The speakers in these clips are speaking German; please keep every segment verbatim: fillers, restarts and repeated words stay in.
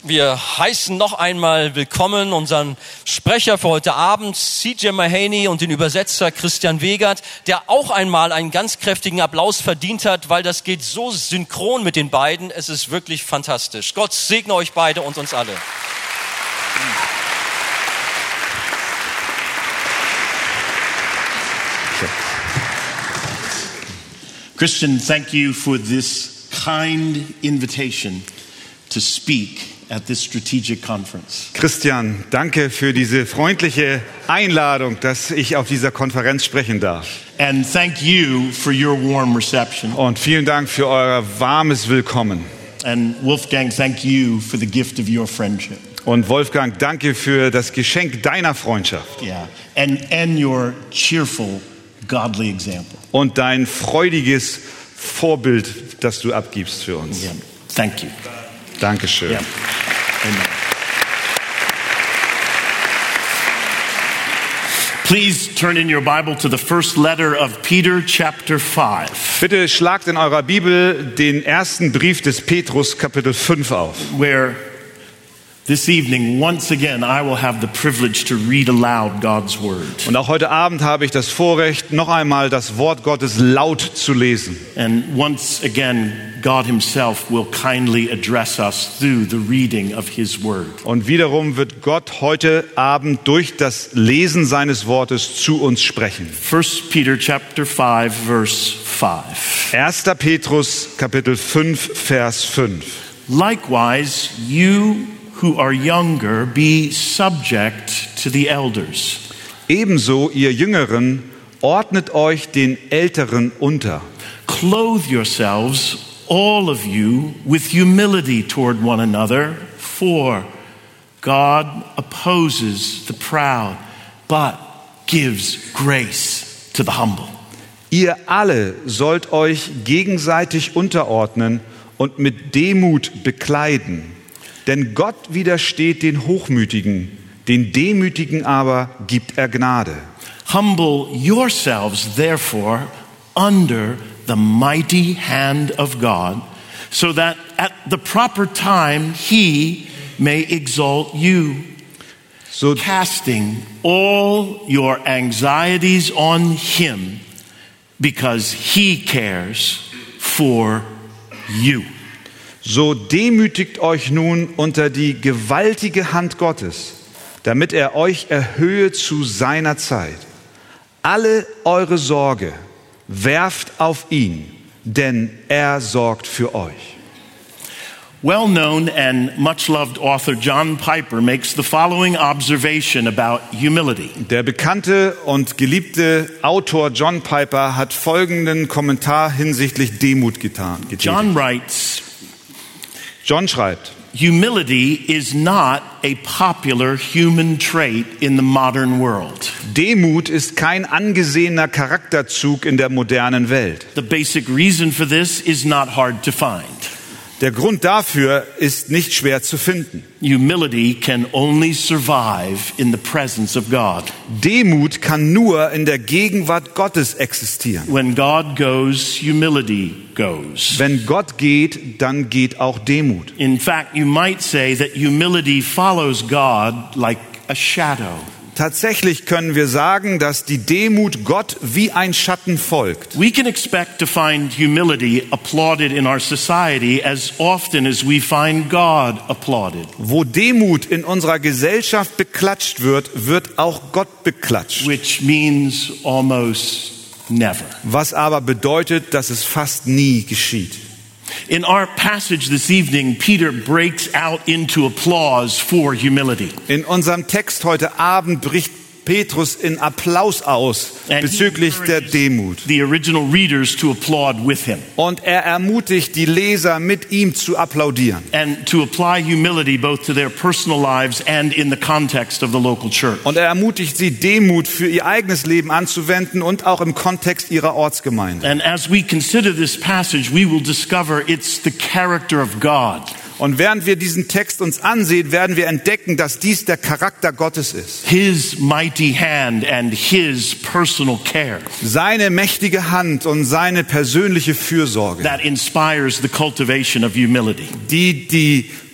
Wir heißen noch einmal willkommen unseren Sprecher für heute Abend, C J Mahaney, und den Übersetzer Christian Wegert, der auch einmal einen ganz kräftigen Applaus verdient hat, weil das geht so synchron mit den beiden. Es ist wirklich fantastisch. Gott segne euch beide und uns alle. Christian, thank you for this kind invitation to speak at this strategic conference. Christian, danke für diese freundliche Einladung, dass ich auf dieser Konferenz sprechen darf. And thank you for your warm reception. Und vielen Dank für euer warmes Willkommen. And Wolfgang, thank you for the gift of your friendship. Und Wolfgang, danke für das Geschenk deiner Freundschaft. Yeah, and and your cheerful, godly example. Und dein freudiges Vorbild, das du abgibst für uns. Yeah. Thank you. Dankeschön. Yeah. Amen. Please turn in your Bible to the first letter of Peter, chapter five. Bitte schlagt in eurer Bibel den ersten Brief des Petrus, Kapitel fünf auf. Where this evening, once again, I will have the privilege to read aloud God's word. Und auch heute Abend habe ich das Vorrecht, noch einmal das Wort Gottes laut zu lesen. And once again, God himself will kindly address us through the reading of his word. Und wiederum wird Gott heute Abend durch das Lesen seines Wortes zu uns sprechen. First Peter chapter five, verse five. erster Petrus, Kapitel fünf, Vers fünf. Likewise, you who are younger, be subject to the elders. Ebenso ihr Jüngeren, ordnet euch den Älteren unter. Clothe yourselves, all of you, with humility toward one another, for God opposes the proud, but gives grace to the humble. Ihr alle sollt euch gegenseitig unterordnen und mit Demut bekleiden. Denn Gott widersteht den Hochmütigen, den Demütigen aber gibt er Gnade. Humble yourselves, therefore, under the mighty hand of God, so that at the proper time he may exalt you, So, casting all your anxieties on him, because he cares for you. so demütigt euch nun unter die gewaltige Hand Gottes, damit er euch erhöhe zu seiner Zeit. Alle eure Sorge werft auf ihn, denn er sorgt für euch. Well-known and much-loved author John Piper makes the following observation about humility. Der bekannte und geliebte Autor John Piper hat folgenden Kommentar hinsichtlich Demut getan. getätigt. John writes, John schreibt: humility is not a popular human trait in the modern world. Demut ist kein angesehener Charakterzug in der modernen Welt. The basic reason for this is not hard to find. Der Grund dafür ist nicht schwer zu finden. Humility can only survive in the presence of God. Demut kann nur in der Gegenwart Gottes existieren. When God goes, humility goes. Wenn Gott geht, dann geht auch Demut. In fact, you might say that humility follows God like a shadow. Tatsächlich können wir sagen, dass die Demut Gott wie ein Schatten folgt. We can expect to find humility applauded in our society as often as we find God applauded. Wo Demut in unserer Gesellschaft beklatscht wird, wird auch Gott beklatscht. Which means almost never. Was aber bedeutet, dass es fast nie geschieht. In our passage this evening, Peter breaks out into applause for humility. In unserem Text heute Abend bricht Petrus in Applaus aus bezüglich der Demut. The original readers to applaud with him. Und er ermutigt die Leser, mit ihm zu applaudieren. And to apply humility both to their personal lives and in the context of the local church. Und er ermutigt sie, Demut für ihr eigenes Leben anzuwenden und auch im Kontext ihrer Ortsgemeinde. And as we consider this passage, we will discover it's the character of God. Und während wir diesen Text uns ansehen, werden wir entdecken, dass dies der Charakter Gottes ist. His mighty hand and his personal care. Seine mächtige Hand und seine persönliche Fürsorge, That inspires the cultivation of humility. die die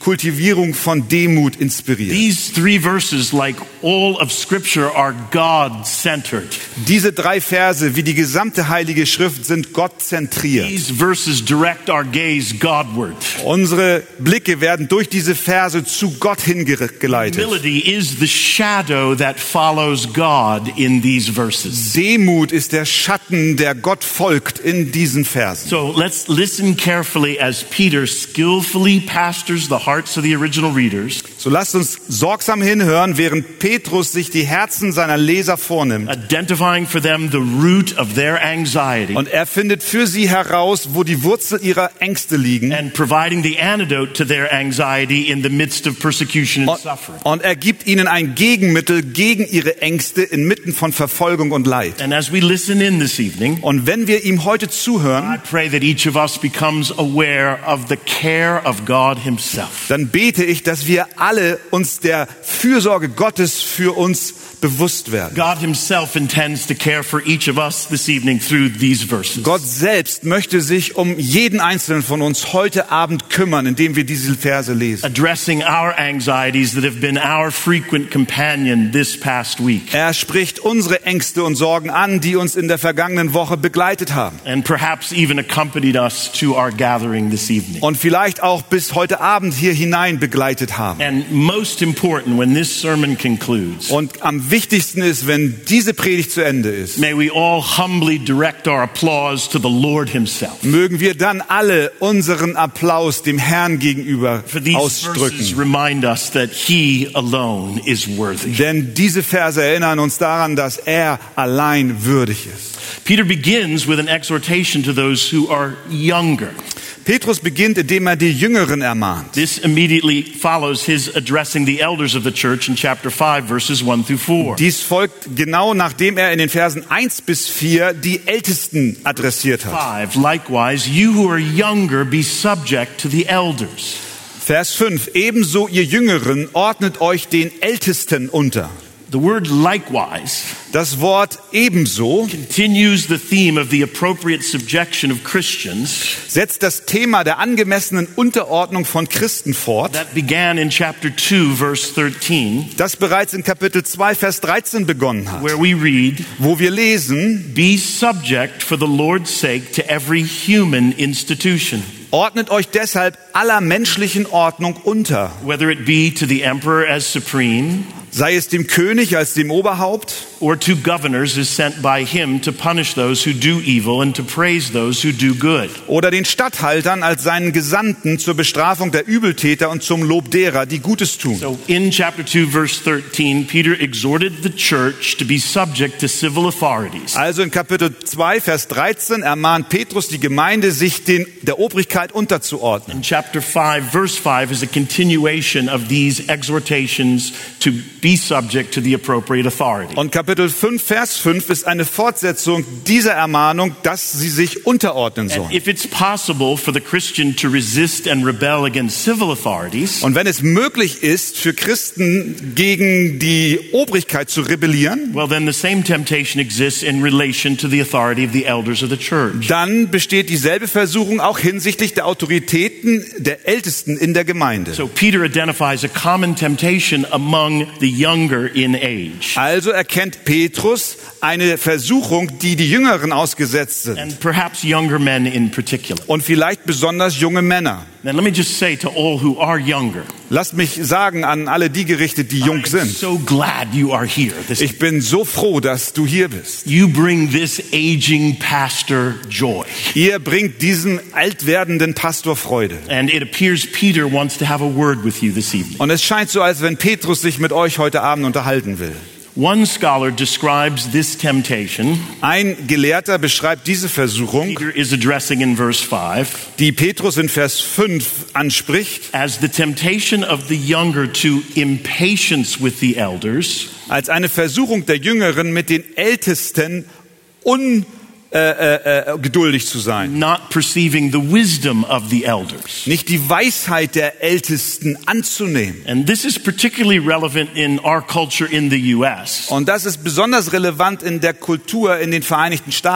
Kultivierung von Demut inspiriert. These three verses, like all of Scripture, are God-centered. Diese drei Verse, wie die gesamte Heilige Schrift, sind gottzentriert. These verses direct our gaze Godward. Unsere Blicke werden durch diese Verse zu Gott hingeleitet. Humility is the shadow that follows God in these verses. Demut ist der Schatten, der Gott folgt in diesen Versen. So let's listen carefully as Peter skillfully pastors the hearts of the original readers. So lasst uns sorgsam hinhören, während Petrus sich die Herzen seiner Leser vornimmt. Identifying for them the root of their anxiety. Und er findet für sie heraus, wo die Wurzel ihrer Ängste liegen. And providing the antidote to their anxiety in the midst of persecution and Und, suffering. und er gibt ihnen ein Gegenmittel gegen ihre Ängste inmitten von Verfolgung und Leid. And as we listen in this evening, Und wenn wir ihm heute I zuhören, pray that each of us becomes aware of the care of God himself. dann bete ich, dass wir alle uns der Fürsorge Gottes für uns bewusst werden. God himself intends to care for each of us this evening through these verses. Gott selbst möchte sich um jeden einzelnen von uns heute Abend kümmern, indem wir diese Verse lesen. Addressing our anxieties that have been our frequent companion this past week. Er spricht unsere Ängste und Sorgen an, die uns in der vergangenen Woche begleitet haben. And perhaps even accompanied us to our gathering this evening. Und vielleicht auch bis heute Abend hier hinein begleitet haben. And most important, when this sermon concludes, Und am wichtigsten ist, wenn diese Predigt zu Ende ist, may we all humbly direct our applause to the Lord himself. mögen wir dann alle unseren Applaus dem Herrn gegenüber For these verses ausdrücken. remind us that he alone is worthy. Denn diese Verse erinnern uns daran, dass er allein würdig ist. Peter begins with an exhortation to those who are younger. Petrus beginnt, indem er die Jüngeren ermahnt. This immediately follows his addressing the elders of the church in chapter five, verses one through four. Dies folgt genau nachdem er in den Versen eins bis vier die Ältesten adressiert hat. Five, likewise, you who are younger, be subject to the elders. Vers fünf. Ebenso ihr Jüngeren ordnet euch den Ältesten unter. The word likewise Das Wort ebenso continues the theme of the appropriate subjection of Christians setzt das Thema der angemessenen Unterordnung von Christen fort, that began in chapter two, verse thirteen, das bereits in Kapitel zwei, Vers dreizehn begonnen hat, where we read, wo wir lesen: be subject for the Lord's sake to every human institution, Ordnet euch deshalb aller menschlichen Ordnung unter, whether it be to the emperor as supreme, sei es dem König als dem Oberhaupt or to governors as sent by him to punish those who do evil and to praise those who do good. oder den Statthaltern als seinen Gesandten zur Bestrafung der Übeltäter und zum Lob derer, die Gutes tun. So in chapter two, verse thirteen, Peter exhorted the church to be subject to civil authorities. Also in Kapitel zwei, Vers dreizehn ermahnt Petrus die Gemeinde, sich den, der Obrigkeit unterzuordnen. In chapter five, verse five is a continuation of these exhortations to be subject to the appropriate authority. Und Kapitel fünf, Vers fünf ist eine Fortsetzung dieser Ermahnung, dass sie sich unterordnen And sollen. if it's possible for the Christian to resist and rebel against civil authorities, Und wenn es möglich ist, für Christen gegen die Obrigkeit zu rebellieren, well, then the same temptation exists in relation to the authority of the elders of the church. dann besteht dieselbe Versuchung auch hinsichtlich der Autoritäten der Ältesten in der Gemeinde. So Peter identifies a common temptation among the younger in age. Also erkennt Petrus eine Versuchung, die die Jüngeren ausgesetzt sind. And perhaps younger men in particular. Und vielleicht besonders junge Männer. Now let me just say to all who are younger, Lasst mich sagen an alle die gerichtet, die jung I'm sind. so glad you are here. This, Ich bin so froh, dass du hier bist. you bring this aging pastor joy. Ihr bringt diesem alt werdenden Pastor Freude. And it appears Peter wants to have a word with you this evening. Und es scheint so, als wenn Petrus sich mit euch heute Abend unterhalten will. One scholar describes this temptation. Ein Gelehrter beschreibt diese Versuchung, Peter is addressing in verse five die Petrus in Vers fünf anspricht, as the temptation of the younger to impatience with the elders, als eine Versuchung der Jüngeren, mit den Ältesten ungeduldig äh, äh, geduldig zu sein. not perceiving the wisdom of the elders. Nicht die Weisheit der Ältesten anzunehmen. And this is particularly relevant in our culture in the U S, Und das ist besonders relevant in der Kultur in den Vereinigten Staaten.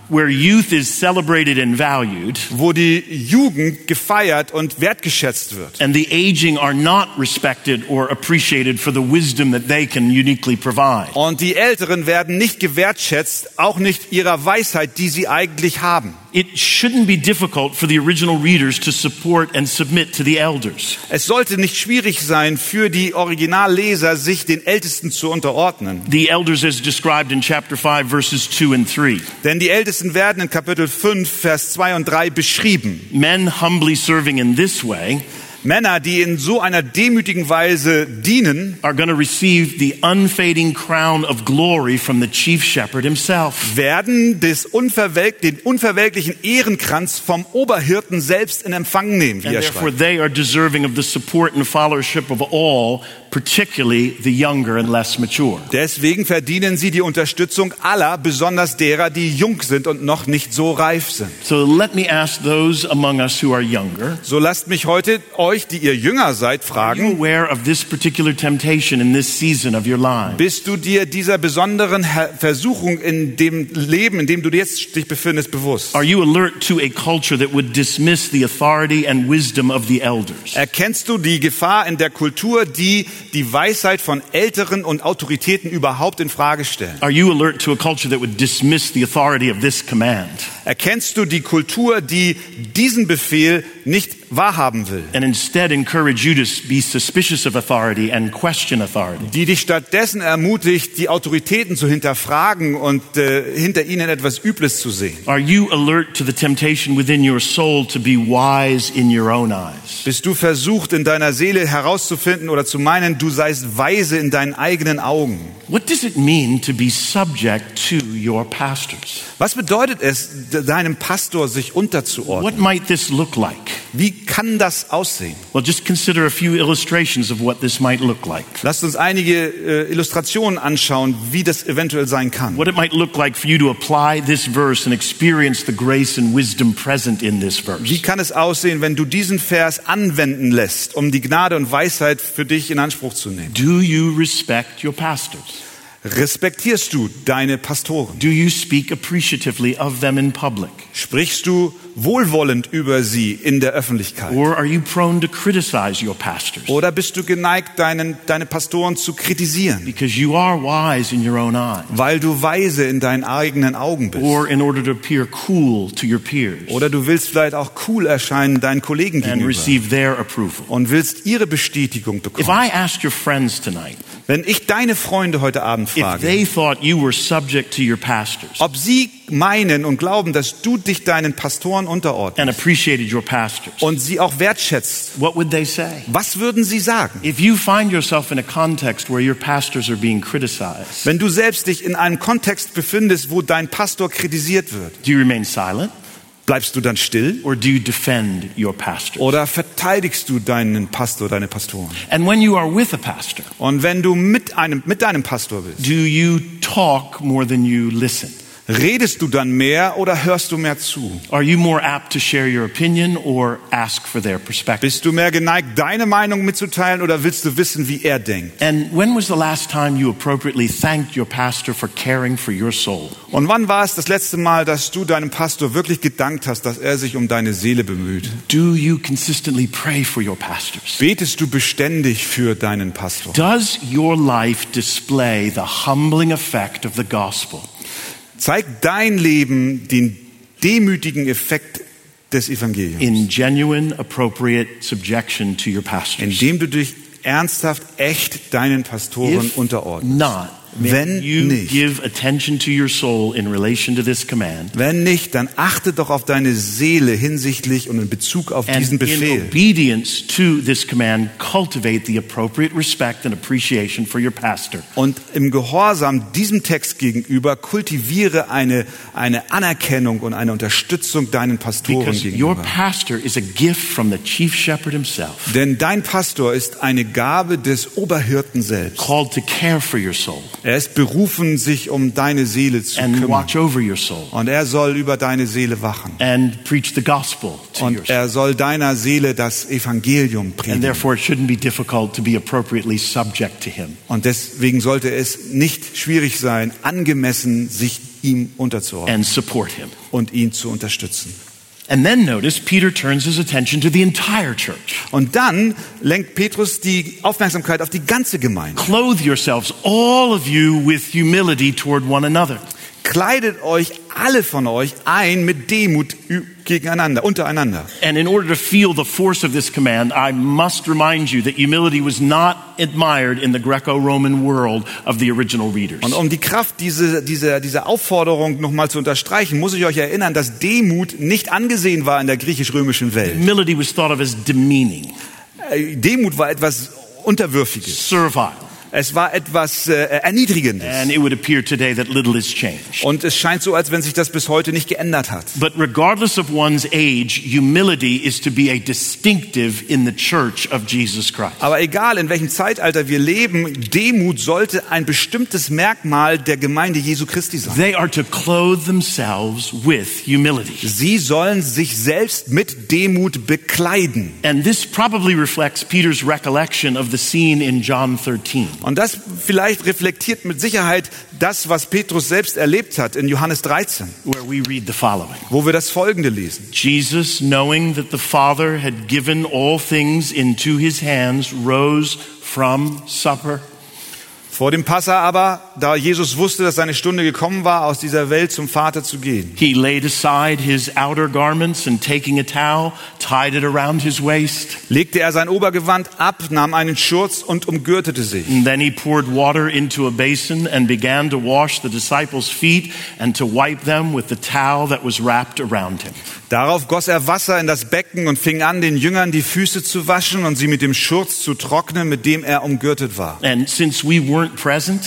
where youth is celebrated and valued, wo die Jugend gefeiert und wertgeschätzt wird. and the aging are not respected or appreciated for the wisdom that they can uniquely provide. Und die Älteren werden nicht gewertschätzt, auch nicht ihrer Weisheit, die sie eigentlich haben. It shouldn't be difficult for the original readers to support and submit to the elders. Es sollte nicht schwierig sein für die Originalleser, sich den Ältesten zu unterordnen. The elders as described in chapter five verses two and three. Denn die Ältesten werden in Kapitel fünf, Vers zwei und drei beschrieben. Men humbly serving in this way Männer, die in so einer demütigen Weise dienen, are going to receive the unfading crown of glory from the chief shepherd himself. werden des unverwelk, den unverwelklichen Ehrenkranz vom Oberhirten selbst in Empfang nehmen, wie And er therefore schreibt. they are deserving of the support and followership of all, particularly the younger and less mature. Deswegen verdienen sie die Unterstützung aller, besonders derer, die jung sind und noch nicht so reif sind. So let me ask those among us who are younger, So lasst mich heute euch, die ihr jünger seid, are you fragen, aware of this particular temptation in this season of your life? bist du dir dieser besonderen Her- Versuchung in dem Leben, in dem du jetzt dich befindest, bewusst? Are you alert to a culture that would dismiss the authority and wisdom of the elders? Erkennst du die Gefahr in der Kultur, die die Weisheit von Älteren und Autoritäten überhaupt in Frage stellen? Are you alert to a culture that would dismiss the authority of this command Erkennst du die Kultur, die diesen Befehl nicht wahrhaben will, and instead encourage you to be suspicious of authority and question authority? die dich stattdessen ermutigt, die Autoritäten zu hinterfragen und äh, hinter ihnen etwas Übles zu sehen? Are you alert to the temptation within your soul to be wise in your own eyes? Bist du versucht, in deiner Seele herauszufinden oder zu meinen, du seist weise in deinen eigenen Augen? What does it mean to be subject to your pastors? Was bedeutet es, deinem Pastor sich unterzuordnen? What might this look like? Wie kann das aussehen? Well, just consider a few illustrations of what this might look like. Lasst uns einige äh, Illustrationen anschauen, wie das eventuell sein kann. What it might look like for you to apply this verse and experience the grace and wisdom present in this verse. Wie kann es aussehen, wenn du diesen Vers anwenden lässt, um die Gnade und Weisheit für dich in Anspruch zu nehmen? Do you respect your pastors? Respektierst du deine Pastoren? Do you speak appreciatively of them in public? Sprichst du wohlwollend über sie in der Öffentlichkeit? Or are you prone to criticize your pastors? Oder bist du geneigt, deinen, deine Pastoren zu kritisieren, Because you are wise in your own eyes. weil du weise in deinen eigenen Augen bist? Or in order to appear cool to your peers Oder du willst vielleicht auch cool erscheinen deinen Kollegen and gegenüber receive their approval. und willst ihre Bestätigung If bekommen. I asked your friends tonight Wenn ich deine Freunde heute Abend if frage, they thought you were subject to your pastors ob sie meinen und glauben, dass du dich deinen Pastoren unterordnest and appreciated your pastors, und sie auch wertschätzt, what would they say? was würden sie sagen? If you find yourself in a context where your pastors are being criticized, Wenn du selbst dich in einem Kontext befindest, wo dein Pastor kritisiert wird, do you remain silent bleibst du dann still or do you defend your pastors? oder verteidigst du deinen Pastor, deine Pastoren? And when you are with a pastor, Und wenn du mit einem, mit deinem Pastor bist, do you talk more than you listen? redest du dann mehr oder hörst du mehr zu? Are you more apt to share your opinion or ask for their perspective? Bist du mehr geneigt, deine Meinung mitzuteilen oder willst du wissen, wie er denkt? And when was the last time you appropriately thanked your pastor for caring for your soul? Und wann war es das letzte Mal, dass du deinem Pastor wirklich gedankt hast, dass er sich um deine Seele bemüht? Do you consistently pray for your pastors? Betest du beständig für deinen Pastor? Does your life display the humbling effect of the gospel? Zeigt dein Leben den demütigen Effekt des Evangeliums, In genuine, appropriate subjection to your pastors? indem du dich ernsthaft, echt deinen Pastoren If unterordnest? not, may Wenn you nicht, give attention to your soul in relation to this command. wenn nicht, dann achte doch auf deine Seele hinsichtlich und in Bezug auf And diesen in Befehl. obedience to this command, cultivate the appropriate respect and appreciation for your pastor. Und im Gehorsam diesem Text gegenüber kultiviere eine, eine Anerkennung und eine Unterstützung deinen Pastoren Because your gegenüber. pastor is a gift from the chief shepherd himself, Denn dein Pastor ist eine Gabe des Oberhirten selbst. called to care for your soul Er ist berufen, sich um deine Seele zu and kümmern. watch over your soul Und er soll über deine Seele wachen. and preach the gospel to your Und soul. er soll deiner Seele das Evangelium And predigen. therefore it shouldn't be difficult to be appropriately subject to him. Und deswegen sollte es nicht schwierig sein, angemessen sich ihm unterzuordnen and support him. und ihn zu unterstützen. And then notice Peter turns his attention to the entire church. Und dann lenkt Petrus die Aufmerksamkeit auf die ganze Gemeinde. Clothe yourselves, all of you, with humility toward one another. Kleidet euch alle von euch ein mit Demut gegeneinander, untereinander. And in order to feel the force of this command, I must remind you that humility was not admired in the Greco-Roman world of the original readers. Und um die Kraft dieser diese, diese Aufforderung nochmal zu unterstreichen, muss ich euch erinnern, dass Demut nicht angesehen war in der griechisch-römischen Welt. Humility was thought of as demeaning, Demut war etwas Unterwürfiges. servile. Es war etwas äh, Erniedrigendes. And it would appear today that little has changed. Und es scheint so, als wenn sich das bis heute nicht geändert hat. But regardless of one's age, humility is to be a distinctive in the church of Jesus Christ. Aber egal, in welchem Zeitalter wir leben, Demut sollte ein bestimmtes Merkmal der Gemeinde Jesu Christi sein. They are to clothe themselves with humility. Sie sollen sich selbst mit Demut bekleiden. And this probably reflects Peter's recollection of the scene in John thirteen. Und das vielleicht reflektiert mit Sicherheit das, was Petrus selbst erlebt hat in Johannes dreizehn, Where we read the following. wo wir das Folgende lesen. Jesus, knowing that the Father had given all things into his hands, rose from supper. Vor dem Passa aber, da Jesus wusste, dass seine Stunde gekommen war, aus dieser Welt zum Vater zu gehen, He laid aside his outer garments and taking a towel, tied it around his waist. legte er sein Obergewand ab, nahm einen Schurz und umgürtete sich. And then he poured water into a basin and began to wash the disciples' feet and to wipe them with the towel that was wrapped around him. Darauf goss er Wasser in das Becken und fing an, den Jüngern die Füße zu waschen und sie mit dem Schurz zu trocknen, mit dem er umgürtet war. And since we weren't present,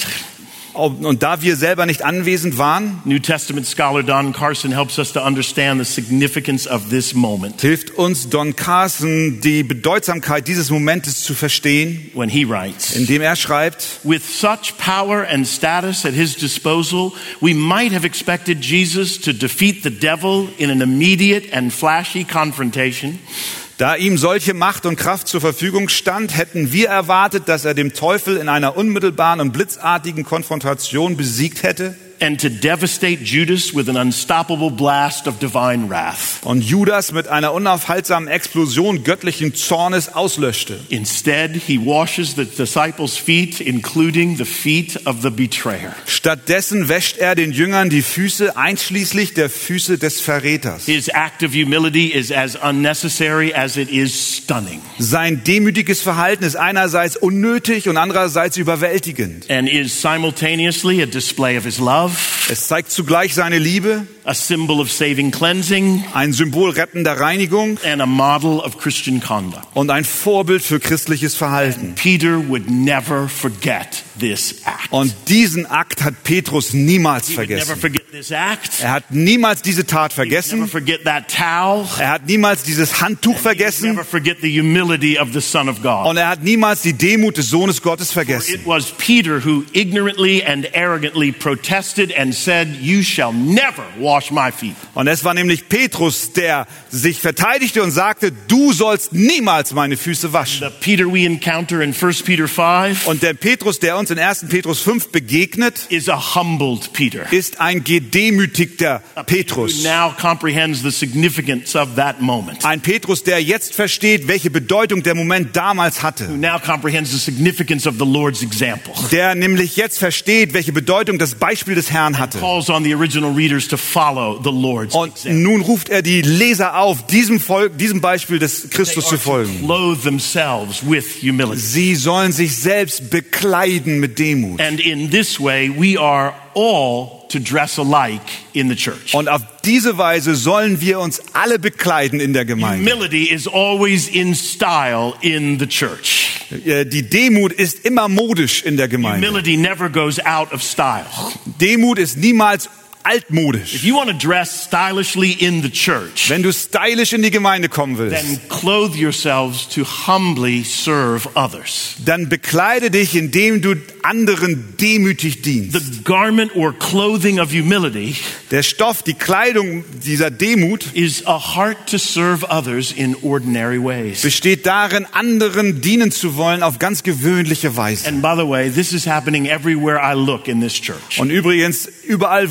Und da wir selber nicht anwesend waren, New Testament scholar Don Carson helps us to understand the significance of this moment hilft uns Don Carson, die Bedeutsamkeit dieses Momentes zu verstehen, when he writes, indem er schreibt: with such power and status at his disposal, we might have expected Jesus to defeat the devil in an immediate and flashy confrontation. Da ihm solche Macht und Kraft zur Verfügung stand, hätten wir erwartet, dass er dem Teufel in einer unmittelbaren und blitzartigen Konfrontation besiegt hätte and to devastate Judas with an unstoppable blast of divine wrath. und Judas mit einer unaufhaltsamen Explosion göttlichen Zornes auslöschte. Instead, he washes the disciples' feet, including the feet of the betrayer. Stattdessen wäscht er den Jüngern die Füße, einschließlich der Füße des Verräters. His act of humility is as unnecessary as it is stunning, Sein demütiges Verhalten ist einerseits unnötig und andererseits überwältigend. and is simultaneously a display of his love, Es zeigt zugleich seine Liebe, a symbol of saving cleansing, ein Symbol rettender Reinigung and a model of Christian conduct. und ein Vorbild für christliches Verhalten. Peter would never forget this act. Und diesen Akt hat Petrus niemals He would never vergessen. forget this act. Er hat niemals diese Tat He would never vergessen. forget that towel. Er hat niemals dieses Handtuch He would vergessen. never forget the humility of the Son of God. Und er hat niemals die Demut des Sohnes Gottes vergessen. It was Peter who ignorantly and arrogantly protested and said, "You shall never wash my feet." Und es war nämlich Petrus, der sich verteidigte und sagte, du sollst niemals meine Füße waschen. The Peter we encounter in First Peter five Und der Petrus, der uns in ersten Petrus fünf begegnet, is a humbled Peter. ist ein gedemütigter Who Petrus. now comprehends the significance of that moment. Ein Petrus, der jetzt versteht, welche Bedeutung der Moment damals Who hatte. now comprehends the significance of the Lord's example. Der nämlich jetzt versteht, welche Bedeutung das Beispiel des Herrn hatte. Calls on the original readers to follow the Lord's Und example. nun ruft er die Leser auf, diesem, Volk, diesem Beispiel des They Christus are zu to folgen. clothe themselves with humility. Sie sollen sich selbst bekleiden mit Demut. And in this way, we are all to dress alike in the church. Und auf diese Weise sollen wir uns alle bekleiden in der Gemeinde. Humility is always in style in the church. Die Demut ist immer modisch in der Gemeinde. Humility never goes out of style. Demut ist niemals If altmodisch. you want to dress stylishly in the church, Wenn du stylisch in die Gemeinde kommen willst, then clothe yourselves to humbly serve others. dann bekleide dich, indem du anderen demütig dienst. The garment or clothing of humility Der Stoff, die Kleidung dieser Demut is a heart to serve others in ordinary ways. besteht darin, anderen dienen zu wollen auf ganz gewöhnliche Weise. And by the way, this is happening everywhere I look in this church. Und übrigens, überall, wo ich in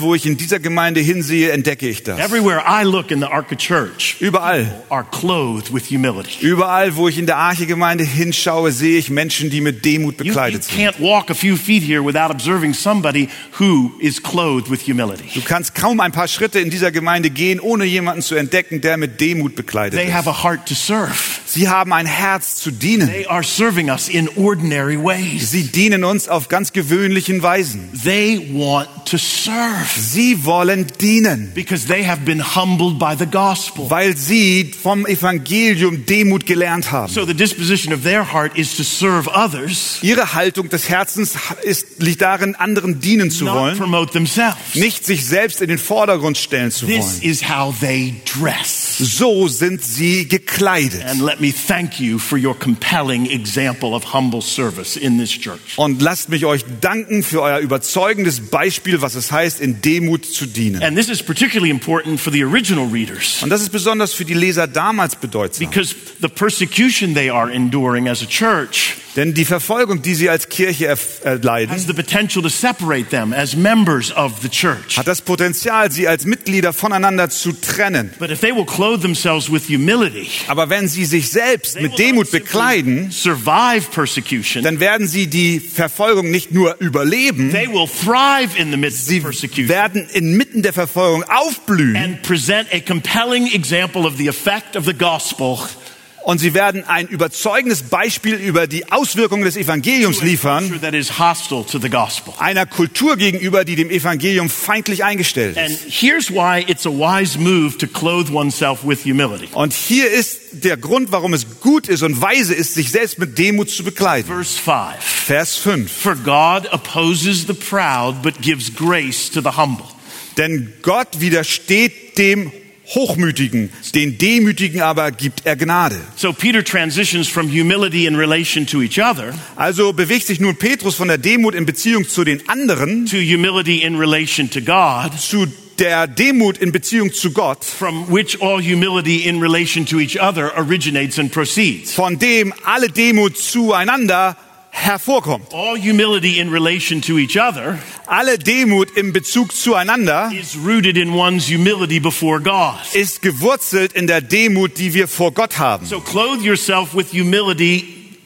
dieser Gemeinde hinsehe, entdecke ich das. Everywhere I look in the Arca Church, Überall. are clothed with humility. Überall, wo ich in der Arche-Gemeinde hinschaue, sehe ich Menschen, die mit Demut You, you bekleidet sind. can't walk a few feet here without observing somebody who is clothed with humility. Du kannst kaum ein paar Schritte in dieser Gemeinde gehen, ohne jemanden zu entdecken, der mit Demut bekleidet They have ist. a heart to serve. Sie haben ein Herz zu dienen. They are serving us in ordinary ways. Sie dienen uns auf ganz gewöhnlichen Weisen. They want to serve Sie wollen dienen, because they have been humbled by the gospel. weil sie vom Evangelium Demut gelernt haben. So the disposition of their heart is to serve others, Ihre Haltung des Herzens ist, liegt darin, anderen dienen zu not wollen, promote themselves. nicht sich selbst in den Vordergrund stellen zu This wollen. is how they dress. So sind sie gekleidet. And let me thank you for your compelling example of humble service in this church. Und lasst mich euch danken für euer überzeugendes Beispiel, was es heißt, in Demut zu dienen. And this is particularly important for the original readers Und das ist besonders für die Leser damals bedeutsam. because the persecution they are enduring as a church Denn die Verfolgung, die sie als Kirche erf- erleiden, has the potential to separate them as members of the church. hat das Potenzial, sie als Mitglieder voneinander zu trennen. But if they will clothe themselves with humility, Aber wenn sie sich selbst they mit will Demut not simply bekleiden, survive persecution, dann werden sie die Verfolgung nicht nur überleben, they will thrive in the midst of sie persecution werden inmitten der Verfolgung aufblühen and present a compelling example of the effect of the gospel und sie werden ein überzeugendes Beispiel über die Auswirkungen des Evangeliums to a liefern, culture that is hostile to the gospel. einer Kultur gegenüber, die dem Evangelium feindlich eingestellt And ist. here's why it's a wise move to clothe oneself with humility. Und hier ist der Grund, warum es gut ist und weise ist, sich selbst mit Demut zu bekleiden. Verse five. Vers fünf. For God opposes the proud, but gives grace to the humble. Denn Gott widersteht dem Hochmütigen, den Demütigen aber gibt er Gnade. So Peter transitions from humility in relation to each other Also bewegt sich nun Petrus von der Demut in Beziehung zu den anderen to humility in relation to God, zu der Demut in Beziehung zu Gott, from which all humility in relation to each other originates and proceeds. von dem alle Demut zueinander hervorkommt. All humility in relation to each other Alle Demut im Bezug zueinander is rooted in one's humility before God. ist gewurzelt in der Demut, die wir vor Gott haben. So clothe yourself with humility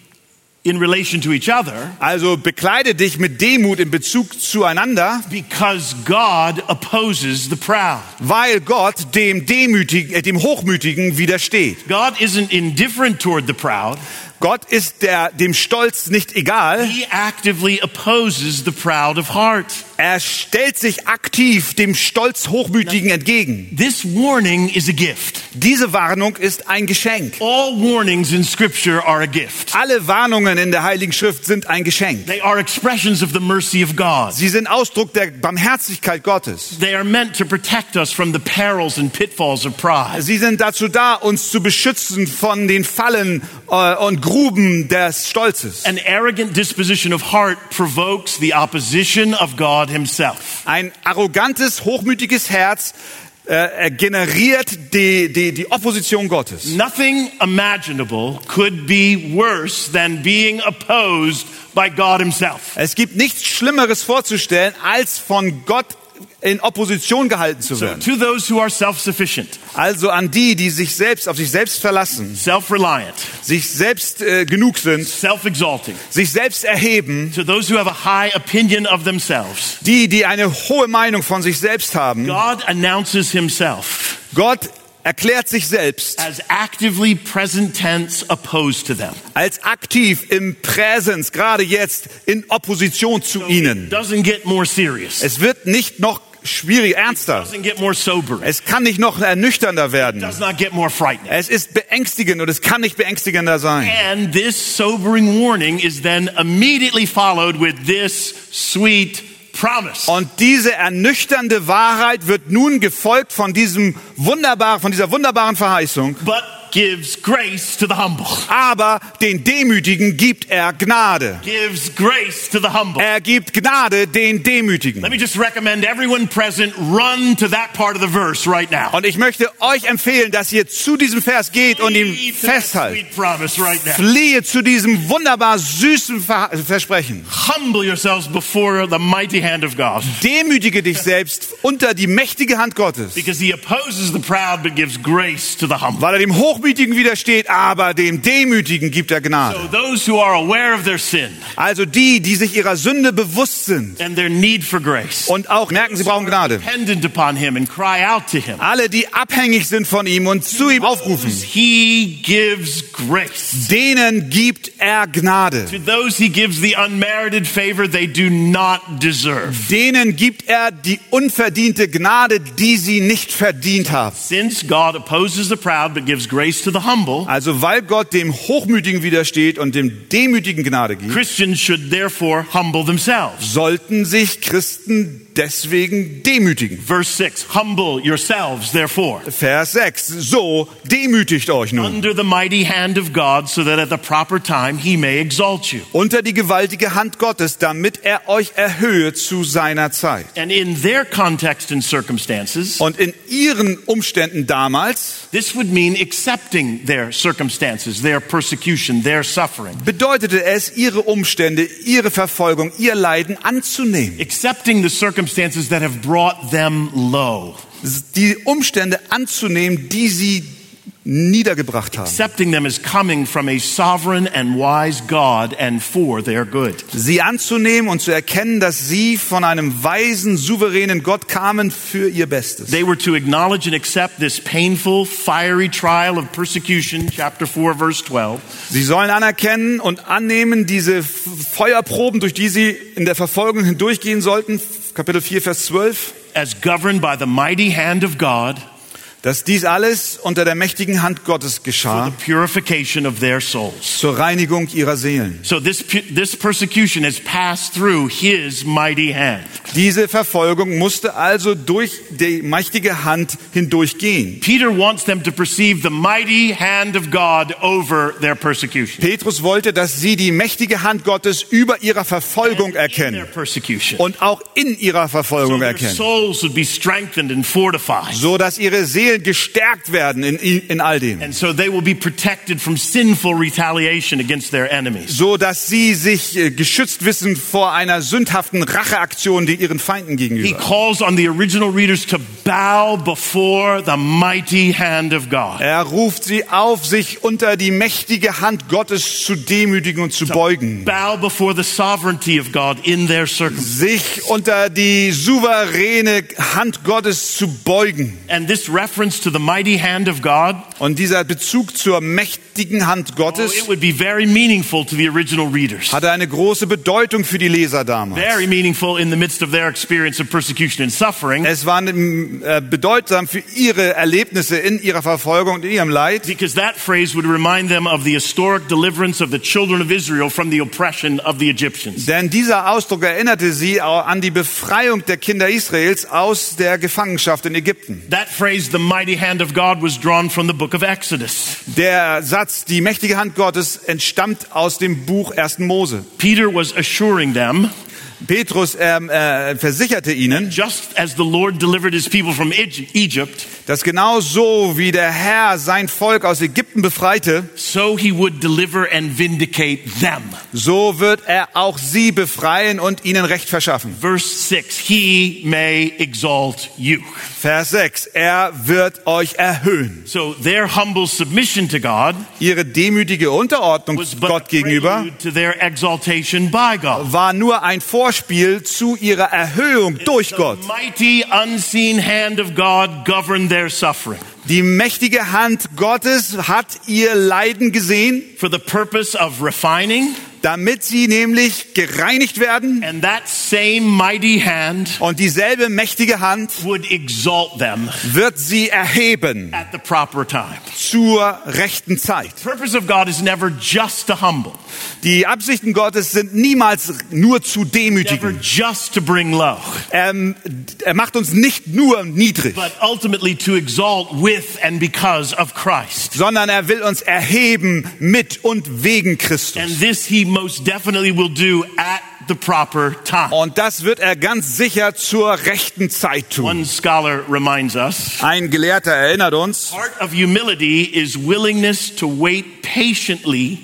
in relation to each other Also bekleide dich mit Demut in Bezug zueinander, because God opposes the proud. weil Gott dem Demütigen, äh, dem Hochmütigen widersteht. God isn't indifferent toward the proud. Gott ist der, dem Stolz nicht egal. He actively opposes the proud of heart. Er stellt sich aktiv dem Stolz Hochmütigen entgegen. This warning is a gift. Diese Warnung ist ein Geschenk. All warnings in Scripture are a gift. Alle Warnungen in der Heiligen Schrift sind ein Geschenk. They are expressions of the mercy of God. Sie sind Ausdruck der Barmherzigkeit Gottes. They are meant to protect us from the perils and pitfalls of pride. Sie sind dazu da, uns zu beschützen von den Fallen äh, und Gruben des Stolzes. An arrogant disposition of heart provokes the opposition of God himself. Ein arrogantes, hochmütiges Herz äh, generiert die, die, die Opposition Gottes. Nothing imaginable could be worse than being opposed by God himself. Es gibt nichts Schlimmeres vorzustellen, als von Gott in Opposition gehalten zu So werden. to those who are self-sufficient, Also an die, die sich selbst auf sich selbst verlassen, self-reliant, sich selbst äh, genug sind, self-exalting, sich selbst erheben, to those who have a high opinion of themselves, die, die eine hohe Meinung von sich selbst haben. God announces himself Gott erklärt sich selbst as actively present tense opposed to them. als aktiv im Präsens, gerade jetzt in Opposition zu ihnen. Doesn't get more serious. Es wird nicht noch schwierig, ernster. Doesn't get more sobering. Es kann nicht noch ernüchternder werden. Does not get more frightening. Es ist beängstigend und es kann nicht beängstigender sein. And this sobering warning is then immediately followed with this sweet promise. Und diese ernüchternde Wahrheit wird nun gefolgt von diesem wunderbaren, von dieser wunderbaren Verheißung. But gives grace to the humble. Aber den Demütigen gibt er Gnade. Gives grace to the humble. Er gibt Gnade den Demütigen. Let me just recommend everyone present run to that part of the verse right now. Und ich möchte euch empfehlen, dass ihr zu diesem Vers geht und ihn Flee to that festhaltet. sweet promise right now. Fliehe zu diesem wunderbar süßen Ver- Versprechen. Humble yourselves before the mighty hand of God. Demütige dich selbst unter die mächtige Hand Gottes, Because he opposes the proud but gives grace to the humble. weil er dem Hochmütigen widersteht, aber dem Demütigen gibt er So Gnade. those who are aware of their sin Also die, die sich ihrer Sünde bewusst sind and their need for grace, und auch merken, sie brauchen Gnade. dependent upon him and cry out to him, Alle, die abhängig sind von ihm und zu ihm aufrufen, he gives grace. denen gibt er Gnade. To those he gives the unmerited favor they do not deserve. Denen gibt er die unverdiente Gnade, die sie nicht verdient haben. Since God opposes the proud but gives grace to the humble, Also weil Gott dem Hochmütigen widersteht und dem Demütigen Gnade gibt, Christians should therefore humble themselves. sollten sich Christen deswegen demütigen. Verse six, humble yourselves therefore Vers sechs. So demütigt euch nun under the mighty hand of God so that at the proper time he may exalt you. unter die gewaltige Hand Gottes, damit er euch erhöhe zu seiner Zeit. And in their context and circumstances, Und in ihren Umständen damals this would mean accepting their circumstances, their persecution, their suffering. bedeutete es, ihre Umstände, ihre Verfolgung, ihr Leiden anzunehmen. Accepting the circumstances that have brought them low. Die Umstände anzunehmen, die sie niedergebracht haben. Accepting them as coming from a sovereign and wise God and for their good. Sie anzunehmen und zu erkennen, dass sie von einem weisen, souveränen Gott kamen für ihr Bestes. They were to acknowledge and accept this painful, fiery trial of persecution, chapter four, verse twelve, Sie sollen anerkennen und annehmen diese F- Feuerproben, durch die sie in der Verfolgung hindurchgehen sollten, Kapitel vier, Vers zwölf, as governed by the mighty hand of God dass dies alles unter der mächtigen Hand Gottes for geschah, the purification of their souls. zur Reinigung ihrer Seelen. So this, pu- this persecution has passed through his mighty hand. Diese Verfolgung musste also durch die mächtige Hand hindurchgehen. Peter wants them to perceive the mighty hand of God over their persecution. Petrus wollte, dass sie die mächtige Hand Gottes über ihrer Verfolgung In their erkennen persecution. und auch in ihrer So Verfolgung their erkennen, souls would be strengthened and fortified. so dass ihre Seelen gestärkt werden in, in all dem, And so they will be protected from sinful retaliation against their enemies. so dass sie sich äh, geschützt wissen vor einer sündhaften Racheaktion, die ihren Feinden He gegenüber. calls on the original readers to bow before the mighty hand of God. Er ruft sie auf, sich unter die mächtige Hand Gottes zu demütigen und zu beugen, Bow before the sovereignty of God in their circumstances. sich unter die souveräne Hand Gottes zu beugen. And this reference to the mighty hand of God, Und dieser Bezug zur mächtigen Hand oh, Gottes it would be very meaningful to the original readers. hatte eine große Bedeutung für die Leser damals. Very meaningful in the midst of their experience of persecution and suffering, Es war äh, bedeutsam für ihre Erlebnisse in ihrer Verfolgung und in ihrem Leid, because that phrase would remind them of the historic deliverance of the children of Israel from the oppression of the Egyptians. denn dieser Ausdruck erinnerte sie auch an die Befreiung der Kinder Israels aus der Gefangenschaft in Ägypten. That phrase, the mighty hand of God, was drawn from the book of Exodus. Der Satz, die mächtige Hand Gottes, entstammt aus dem Buch ersten Mose. Peter was assuring them, Petrus ähm, äh, versicherte ihnen, just as the Lord delivered his people from Egy- Egypt, dass genau so wie der Herr sein Volk aus Ägypten befreite, so he would deliver and vindicate them. so wird er auch sie befreien und ihnen Recht verschaffen. Verse six, he may exalt you. Vers sechs, er wird euch erhöhen. So their humble submission to God Ihre demütige Unterordnung was but a Gott gegenüber prelude to their exaltation by God. war nur ein Vorspiel zu ihrer Erhöhung durch The Gott. mighty unseen hand of God governed their suffering Die mächtige Hand Gottes hat ihr Leiden gesehen for the purpose of refining, damit sie nämlich gereinigt werden and that same mighty hand und dieselbe mächtige Hand would exalt them wird sie erheben at the proper time. zur rechten Zeit. The purpose of God is never just to humble, Die Absichten Gottes sind niemals nur zu never demütigen. just to bring low, Ähm, er macht uns nicht nur niedrig, but ultimately to exalt with and because of Christ. sondern er will uns erheben mit und wegen Christus. And this he most definitely will do at the proper time. Und das wird er ganz sicher zur rechten Zeit tun. One scholar reminds us, Ein Gelehrter erinnert uns, part of humility is willingness to wait patiently,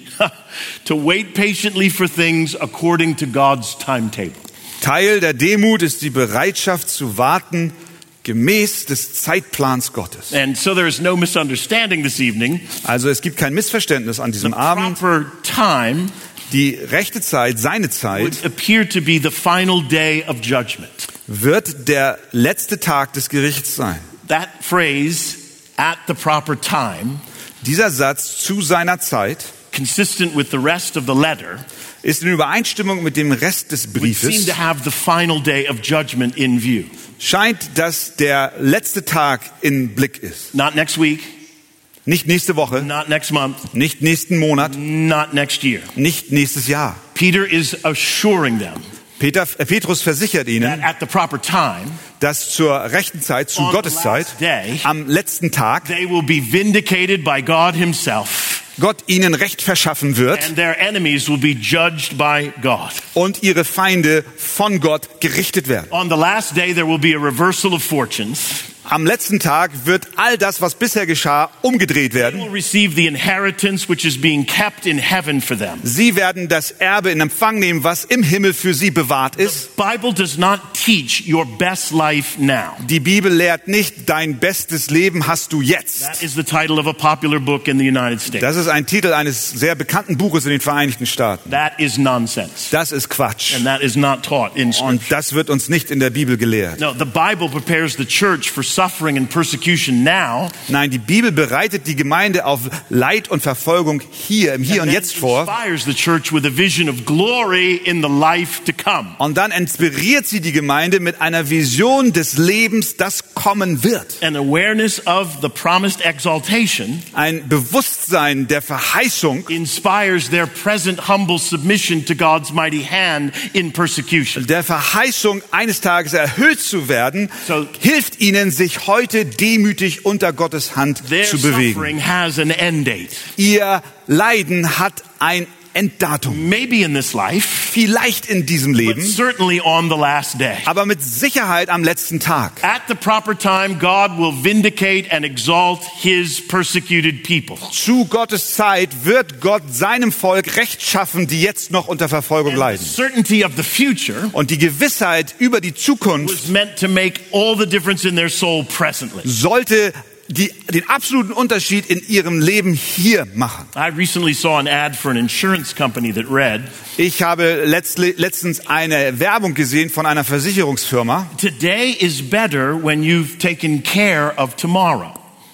to wait patiently for things according to God's timetable. Teil der Demut ist die Bereitschaft zu warten, gemäß des Zeitplans Gottes. And so there is no misunderstanding this evening. Also es gibt kein Missverständnis an The diesem Abend. proper time Die rechte Zeit, seine Zeit, would appear to be the final day of judgment. wird der letzte Tag des Gerichts sein. That phrase, at the proper time, Dieser Satz zu seiner Zeit consistent with the rest of the letter, ist in Übereinstimmung mit dem Rest des would seem Briefes. to have the final day of judgment in view. Scheint, dass der letzte Tag in Blick ist. Not next week, Nicht nächste Woche, not next month, nicht nächsten Monat, not next year. nicht nächstes Jahr. Peter is assuring them Peter, äh, Petrus versichert that ihnen, at the proper time, dass zur rechten Zeit, zu on Gottes the Zeit, last day, am letzten Tag, they will be vindicated by God himself, Gott ihnen Recht verschaffen wird and their enemies will be judged by God. und ihre Feinde von Gott gerichtet werden. On the last day, there will be a reversal of fortunes. Am letzten Tag wird all das, was bisher geschah, umgedreht They werden. will receive the inheritance which is being kept in heaven for them. Sie werden das Erbe in Empfang nehmen, was im Himmel für sie bewahrt ist. The Bible does not teach your best life now. Die Bibel lehrt nicht, dein bestes Leben hast du jetzt. That is the title of a popular book in the United States. Das ist ein Titel eines sehr bekannten Buches in den Vereinigten Staaten. That is nonsense. Das ist Quatsch. And that is not taught in Scripture. Und das wird uns nicht in der Bibel gelehrt. No, the Bible prepares the church for suffering and persecution now. Nein, die Bibel bereitet die Gemeinde auf Leid und Verfolgung hier, im Hier und and Jetzt vor. inspires the church with a vision of glory in the life to come. Und dann inspiriert sie die Gemeinde mit einer Vision des Lebens, das kommen wird. An awareness of the promised exaltation Ein Bewusstsein der Verheißung, inspires their present humble submission to God's mighty hand in persecution. der Verheißung, eines Tages erhöht zu werden, So- hilft ihnen, sich heute demütig unter Gottes Hand Their zu bewegen. suffering has an end date. Ihr Leiden hat ein Enddatum. Maybe in this life, Vielleicht in diesem but Leben, certainly on the last day. aber mit Sicherheit am letzten Tag. At the proper time, God will vindicate and exalt his persecuted people. Zu Gottes Zeit wird Gott seinem Volk Recht schaffen, die jetzt noch unter Verfolgung And the leiden. certainty of the future Und die Gewissheit über die Zukunft was meant to make all the difference in their soul presently. sollte die, den absoluten Unterschied in ihrem Leben hier machen. I recently saw an ad for an insurance company that read, Ich habe letztli- letztens eine Werbung gesehen von einer Versicherungsfirma. "Today is better when you've taken care of tomorrow."